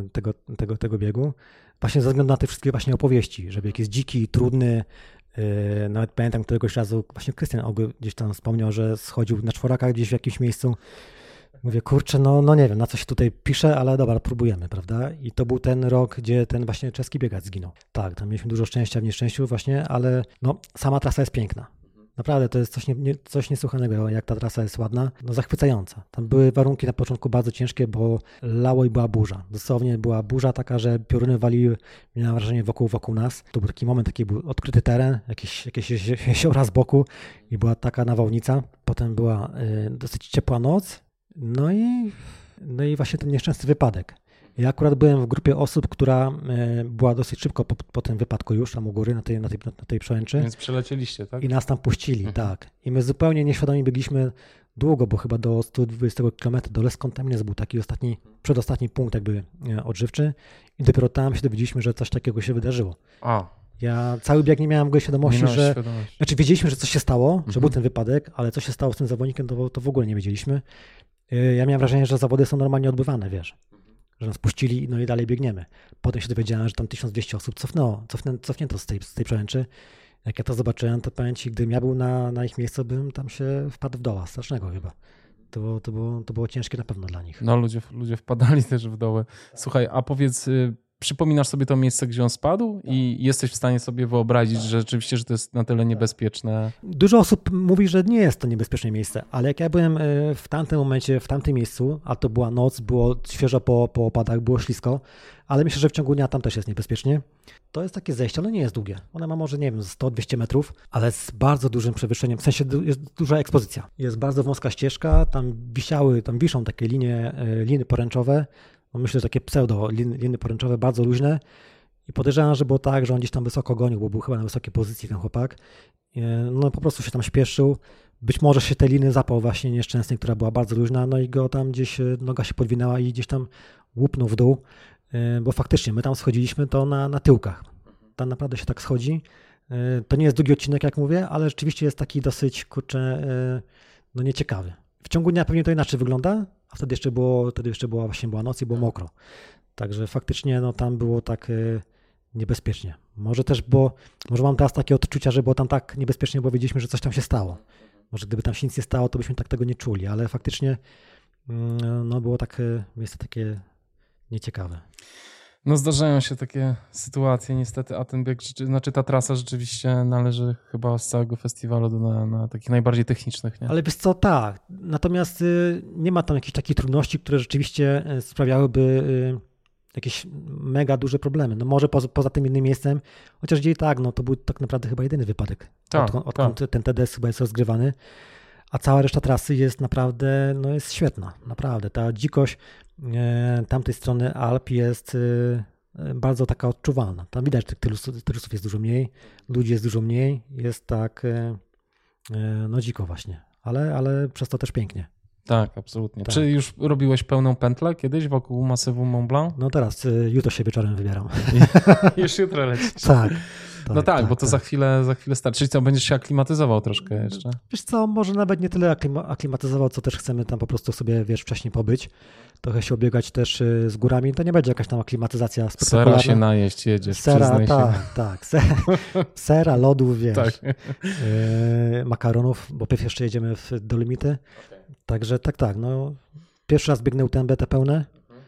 tego biegu, właśnie ze względu na te wszystkie właśnie opowieści, że bieg jest dziki, trudny. Nawet pamiętam któregoś razu właśnie Krystian Ogły gdzieś tam wspomniał, że schodził na czworakach gdzieś w jakimś miejscu. Mówię, kurczę, no nie wiem, na co się tutaj pisze, ale dobra, próbujemy, prawda? I to był ten rok, gdzie ten właśnie czeski biegacz zginął. Tak, tam mieliśmy dużo szczęścia w nieszczęściu właśnie, ale sama trasa jest piękna. Naprawdę to jest coś niesłychanego, jak ta trasa jest ładna, zachwycająca. Tam były warunki na początku bardzo ciężkie, bo lało i była burza. Dosłownie była burza taka, że pioruny waliły, miałem wrażenie, wokół nas. To był taki moment, taki był odkryty teren, jakieś jeziora z boku i była taka nawałnica. Potem była dosyć ciepła noc, no i właśnie ten nieszczęsny wypadek. Ja akurat byłem w grupie osób, która była dosyć szybko po tym wypadku już tam u góry, na tej przełęczy. Więc przelecieliście, tak? I nas tam puścili, tak. I my zupełnie nieświadomie biegliśmy długo, bo chyba do 120 km do Les Contamines był taki przedostatni punkt jakby odżywczy i dopiero tam się dowiedzieliśmy, że coś takiego się wydarzyło. Ja cały bieg nie miałem w ogóle świadomości, Znaczy wiedzieliśmy, że coś się stało, że był ten wypadek, ale co się stało z tym zawodnikiem, to w ogóle nie wiedzieliśmy. Ja miałem wrażenie, że zawody są normalnie odbywane, wiesz. Że nas puścili, no i dalej biegniemy. Potem się dowiedziałem, że tam 1200 osób cofnięto z tej przełęczy. Jak ja to zobaczyłem, to powiem ci, gdybym ja był na ich miejscu, bym tam się wpadł w doła, strasznego chyba. To było ciężkie na pewno dla nich. No ludzie wpadali też w doły. Słuchaj, a powiedz, przypominasz sobie to miejsce, gdzie on spadł i jesteś w stanie sobie wyobrazić, że rzeczywiście, że to jest na tyle niebezpieczne? Dużo osób mówi, że nie jest to niebezpieczne miejsce, ale jak ja byłem w tamtym momencie, w tamtym miejscu, a to była noc, było świeżo po opadach, było ślisko, ale myślę, że w ciągu dnia tam też jest niebezpiecznie. To jest takie zejście, ono nie jest długie. Ono ma może, nie wiem, 100-200 metrów, ale z bardzo dużym przewyższeniem, w sensie jest duża ekspozycja. Jest bardzo wąska ścieżka, tam wiszą takie liny poręczowe, myślę, że takie liny poręczowe, bardzo luźne i podejrzewam, że było tak, że on gdzieś tam wysoko gonił, bo był chyba na wysokiej pozycji ten chłopak. No po prostu się tam śpieszył. Być może się te liny zapał właśnie nieszczęsny, która była bardzo luźna, no i go tam gdzieś noga się podwinęła i gdzieś tam łupnął w dół, bo faktycznie my tam schodziliśmy to na tyłkach. Tam naprawdę się tak schodzi. To nie jest długi odcinek, jak mówię, ale rzeczywiście jest taki dosyć, nieciekawy. W ciągu dnia pewnie to inaczej wygląda, a wtedy jeszcze była noc i było mokro. Także faktycznie tam było tak niebezpiecznie. Może mam teraz takie odczucia, że było tam tak niebezpiecznie, bo wiedzieliśmy, że coś tam się stało. Może gdyby tam się nic nie stało, to byśmy tak tego nie czuli, ale faktycznie było tak miejsce takie nieciekawe. No zdarzają się takie sytuacje niestety, a ten bieg, ta trasa rzeczywiście należy chyba z całego festiwalu na takich najbardziej technicznych, nie? Ale wiesz co, tak. Natomiast nie ma tam jakichś takich trudności, które rzeczywiście sprawiałyby jakieś mega duże problemy. No może poza tym jednym miejscem, chociaż gdzie i tak, to był tak naprawdę chyba jedyny wypadek, odkąd ten TDS chyba jest rozgrywany, a cała reszta trasy jest naprawdę, jest świetna, naprawdę. Ta dzikość tamtej strony Alp jest bardzo taka odczuwalna. Tam widać, że tych tyrusów jest dużo mniej, ludzi jest dużo mniej, jest tak dziko właśnie, ale przez to też pięknie. Tak, absolutnie. Tak. Czy już robiłeś pełną pętlę kiedyś wokół masywu Mont Blanc? No teraz, jutro się wieczorem wybieram. Już jutro lecisz. Tak. No tak, bo to za chwilę starczy. Czyli co, będziesz się aklimatyzował troszkę jeszcze? Wiesz co, może nawet nie tyle aklimatyzował, co też chcemy tam po prostu sobie, wcześniej pobyć. Trochę się obiegać też z górami. To nie będzie jakaś tam aklimatyzacja spektakularna. Sera się najeść, jedziesz. Sera, tak. Sera, lodów, tak. Makaronów, bo pierw jeszcze jedziemy w Dolomity. Okay. Także tak. No, pierwszy raz biegnę UTMB te pełne.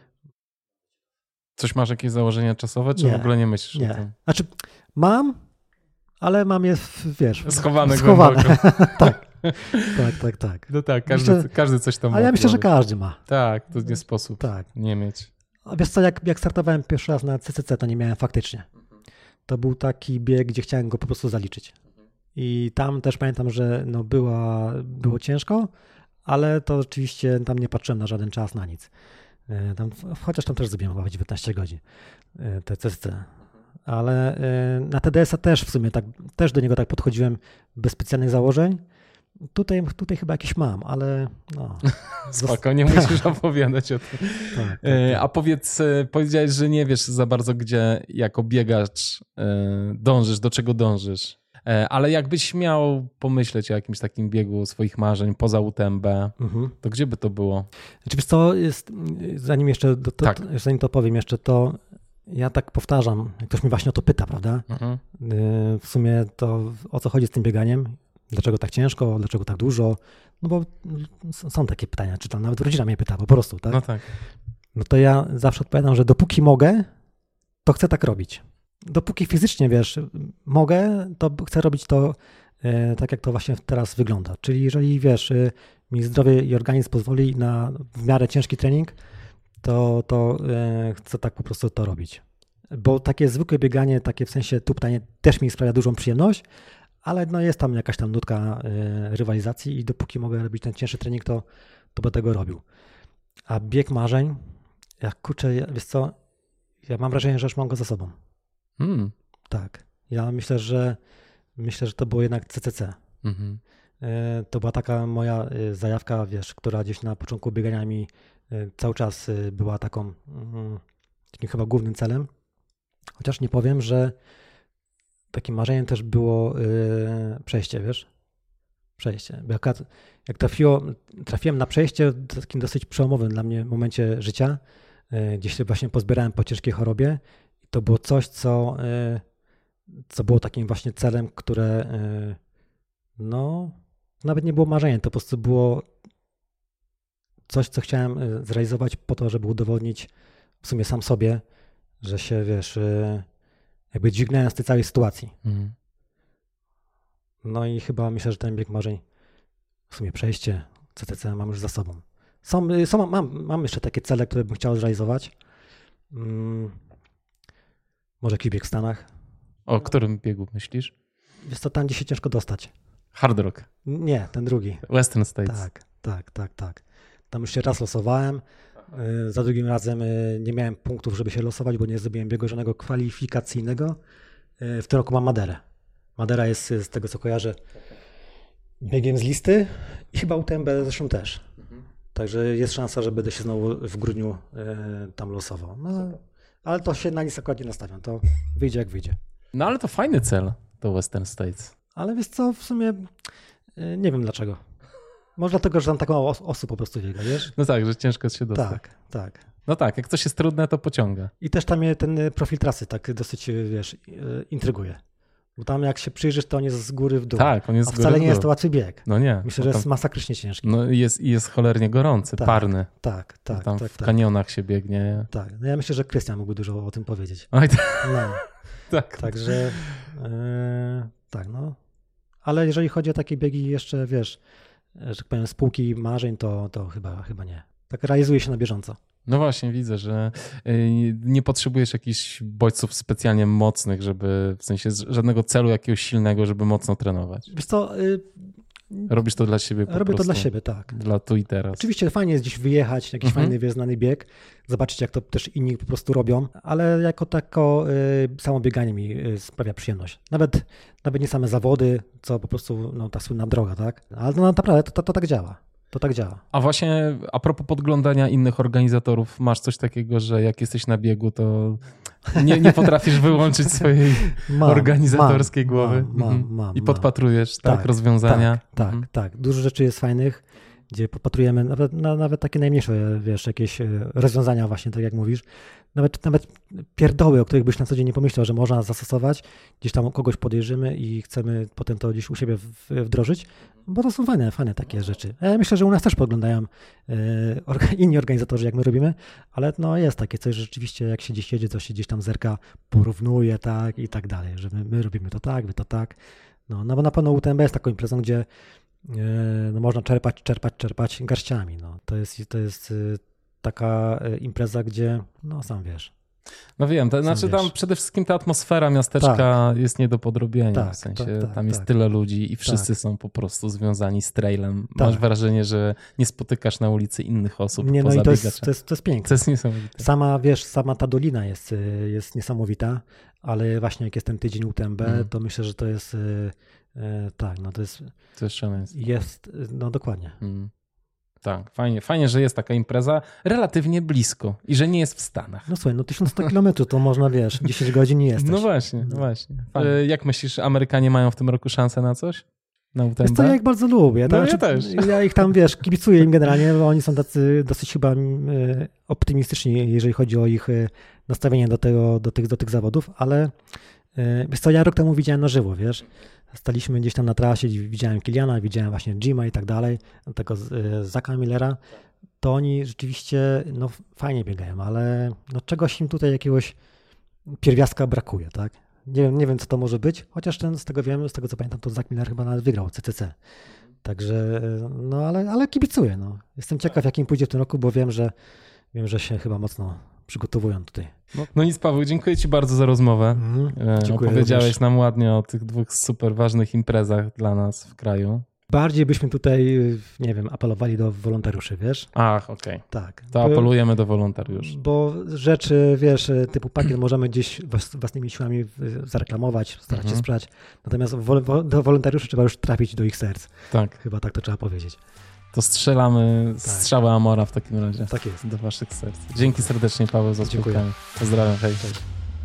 Coś masz, jakieś założenia czasowe, czy w ogóle nie myślisz o tym? Znaczy, mam, ale mam je, schowane. Tak. No tak, każdy coś tam ma. Ale ja myślę, że każdy ma. Tak, to nie sposób nie mieć. A wiesz co, jak startowałem pierwszy raz na CCC, to nie miałem faktycznie. To był taki bieg, gdzie chciałem go po prostu zaliczyć. I tam też pamiętam, że było ciężko, ale to oczywiście tam nie patrzyłem na żaden czas, na nic. Chociaż tam też zrobiłem chyba 19 godzin te CCC. Ale na TDS-a też w sumie też do niego tak podchodziłem bez specjalnych założeń. Tutaj chyba jakieś mam, ale no. Spoko, nie musisz opowiadać o tym. Tak. A powiedziałeś, że nie wiesz za bardzo, gdzie jako biegacz dążysz, do czego dążysz. Ale jakbyś miał pomyśleć o jakimś takim biegu swoich marzeń poza UTMB, to gdzie by to było? Znaczy, wiesz co, zanim to powiem jeszcze, to ja tak powtarzam, jak ktoś mnie właśnie o to pyta, prawda? W sumie to o co chodzi z tym bieganiem? Dlaczego tak ciężko? Dlaczego tak dużo? No bo są takie pytania, czy tam nawet rodzina mnie pyta po prostu, tak? No tak. No to ja zawsze odpowiadam, że dopóki mogę, to chcę tak robić. Dopóki fizycznie, mogę, to chcę robić to tak, jak to właśnie teraz wygląda. Czyli jeżeli, mi zdrowie i organizm pozwoli na w miarę ciężki trening, to chcę tak po prostu to robić. Bo takie zwykłe bieganie, takie w sensie tuptanie też mi sprawia dużą przyjemność, ale no jest tam jakaś tam nutka rywalizacji i dopóki mogę robić ten cięższy trening, to będę tego robił. A bieg marzeń, wiesz co, ja mam wrażenie, że już mam go za sobą. Tak. Ja myślę, że to było jednak CCC. To była taka moja zajawka, która gdzieś na początku biegania mi cały czas była takim chyba głównym celem. Chociaż nie powiem, że takim marzeniem też było przejście, Przejście. Bo jak trafiłem na przejście w takim dosyć przełomowym dla mnie momencie życia, gdzieś się właśnie pozbierałem po ciężkiej chorobie. I to było coś, co było takim właśnie celem, które no nawet nie było marzeniem, to po prostu było coś, co chciałem zrealizować po to, żeby udowodnić w sumie sam sobie, że się, jakby dźwignąłem z tej całej sytuacji. No i chyba myślę, że ten bieg marzeń, w sumie przejście CCC mam już za sobą. Mam jeszcze takie cele, które bym chciał zrealizować. Może jakiś bieg w Stanach. O którym biegu myślisz? Jest to tam, gdzie się ciężko dostać. Hard Rock. Nie, ten drugi. Western States. Tak. Tam już się raz losowałem. Za drugim razem nie miałem punktów, żeby się losować, bo nie zrobiłem biegu żadnego kwalifikacyjnego. W tym roku mam Maderę. Madera jest, z tego co kojarzę, biegiem z listy i chyba UTMB zresztą też. Także jest szansa, że będę się znowu w grudniu tam losował. No, ale to się na nic akurat nie nastawiam. To wyjdzie jak wyjdzie. No ale to fajny cel, to Western States. Ale wiesz co, w sumie nie wiem dlaczego. Może dlatego, że tam tak mało osób po prostu biega, wiesz? No tak, że ciężko się dostać. Tak. No tak, jak coś jest trudne, to pociąga. I też tam mnie ten profil trasy tak dosyć, intryguje. Bo tam jak się przyjrzysz, to on jest z góry w dół. Tak, on jest z góry w dół. A wcale nie jest to łatwy bieg. No nie. Myślę, że jest masakrycznie ciężki. No jest cholernie gorący, parny. Tak. Tam w kanionach się biegnie. Tak, no ja myślę, że Krystian mógłby dużo o tym powiedzieć. Oj, no. Tak. Także no. Ale jeżeli chodzi o takie biegi jeszcze, że tak powiem, spółki marzeń, to chyba nie. Tak realizuje się na bieżąco. No właśnie, widzę, że nie potrzebujesz jakichś bodźców specjalnie mocnych, żeby w sensie żadnego celu jakiegoś silnego, żeby mocno trenować. Wiesz co? Robisz to dla siebie po prostu. Robię to dla siebie, tak. Dla tu i teraz. Oczywiście fajnie jest gdzieś wyjechać, jakiś fajny, znany bieg, zobaczyć jak to też inni po prostu robią, ale jako tako samo bieganie mi sprawia przyjemność. Nawet nie same zawody, co po prostu ta słynna droga, tak? Ale no naprawdę to tak działa. To tak działa. A właśnie a propos podglądania innych organizatorów, masz coś takiego, że jak jesteś na biegu, to nie potrafisz wyłączyć swojej organizatorskiej głowy i podpatrujesz rozwiązania. Tak. Dużo rzeczy jest fajnych, gdzie podpatrujemy nawet takie najmniejsze, jakieś rozwiązania właśnie, tak jak mówisz. Nawet pierdoły, o których byś na co dzień nie pomyślał, że można zastosować, gdzieś tam kogoś podejrzymy i chcemy potem to gdzieś u siebie wdrożyć, bo to są fajne takie rzeczy. Ja myślę, że u nas też podglądają inni organizatorzy, jak my robimy, ale jest takie coś, że rzeczywiście jak się gdzieś jedzie, to się gdzieś tam zerka, porównuje tak i tak dalej, że my robimy to tak, wy to tak. No bo na pewno UTMB jest taką imprezą, gdzie można czerpać garściami. To jest taka impreza, gdzie, sam wiesz. No wiem, to znaczy tam przede wszystkim ta atmosfera miasteczka jest nie do podrobienia, w sensie tam jest tyle ludzi i wszyscy są po prostu związani z trailem. Masz wrażenie, że nie spotykasz na ulicy innych osób poza to jest piękne. To jest niesamowite. Sama ta dolina jest niesamowita, ale właśnie jak jest ten tydzień UTMB, to myślę, że to jest to jest... To jest szaleństwo. Dokładnie. Tak, fajnie, że jest taka impreza relatywnie blisko i że nie jest w Stanach. No słuchaj, 1100 km to można, 10 godzin nie jesteś. No właśnie. Jak myślisz, Amerykanie mają w tym roku szansę na coś? Na UTMB? Jest to ja ich bardzo lubię. Ja też. Ja ich tam, kibicuję im generalnie, bo oni są tacy dosyć chyba optymistyczni, jeżeli chodzi o ich nastawienie do tych zawodów, ale wiesz co, ja rok temu widziałem na żywo, Staliśmy gdzieś tam na trasie, widziałem Kiliana, widziałem właśnie Jima i tak dalej, tego Zacka Millera, to oni rzeczywiście fajnie biegają, ale czegoś im tutaj jakiegoś pierwiastka brakuje, tak? Nie wiem co to może być, chociaż z tego co pamiętam, to Zack Miller chyba nawet wygrał CCC. Także, ale kibicuję, Jestem ciekaw, jak im pójdzie w tym roku, bo wiem, że się chyba mocno przygotowują tutaj. No nic, Paweł, dziękuję Ci bardzo za rozmowę. Opowiedziałeś również nam ładnie o tych dwóch super ważnych imprezach dla nas w kraju. Bardziej byśmy tutaj, apelowali do wolontariuszy, Ach, okej. Tak. To apelujemy do wolontariuszy. Bo rzeczy, typu pakiet możemy gdzieś własnymi siłami zareklamować, starać się sprzedać. Natomiast do wolontariuszy trzeba już trafić do ich serc. Tak. Chyba tak to trzeba powiedzieć. To strzelamy strzałę Amora w takim razie. Tak jest. Do waszych serc. Dzięki serdecznie, Paweł, za spotkanie. Pozdrawiam, hej. Cześć.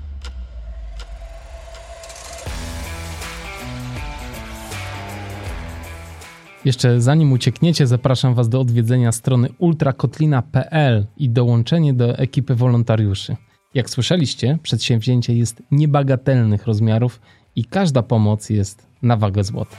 Jeszcze zanim uciekniecie, zapraszam was do odwiedzenia strony ultrakotlina.pl i dołączenie do ekipy wolontariuszy. Jak słyszeliście, przedsięwzięcie jest niebagatelnych rozmiarów i każda pomoc jest na wagę złota.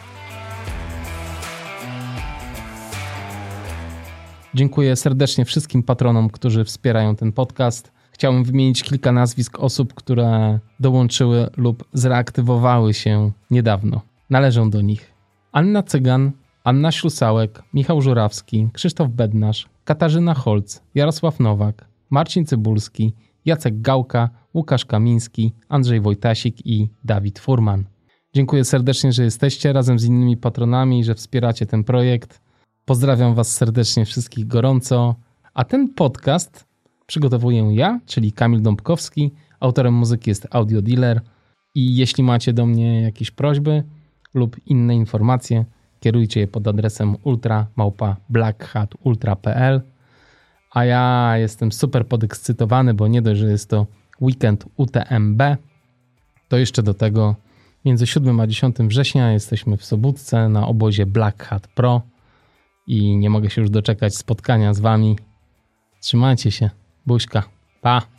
Dziękuję serdecznie wszystkim patronom, którzy wspierają ten podcast. Chciałbym wymienić kilka nazwisk osób, które dołączyły lub zreaktywowały się niedawno. Należą do nich Anna Cygan, Anna Ślusałek, Michał Żurawski, Krzysztof Bednarz, Katarzyna Holc, Jarosław Nowak, Marcin Cybulski, Jacek Gałka, Łukasz Kamiński, Andrzej Wojtasik i Dawid Furman. Dziękuję serdecznie, że jesteście razem z innymi patronami i że wspieracie ten projekt. Pozdrawiam was serdecznie wszystkich gorąco, a ten podcast przygotowuję ja, czyli Kamil Dąbkowski. Autorem muzyki jest Audio Dealer i jeśli macie do mnie jakieś prośby lub inne informacje, kierujcie je pod adresem ultra@blackhatultra.pl. A ja jestem super podekscytowany, bo nie dość, że jest to weekend UTMB, to jeszcze do tego między 7 a 10 września jesteśmy w Sobótce na obozie Black Hat Pro i nie mogę się już doczekać spotkania z wami. Trzymajcie się. Buźka. Pa!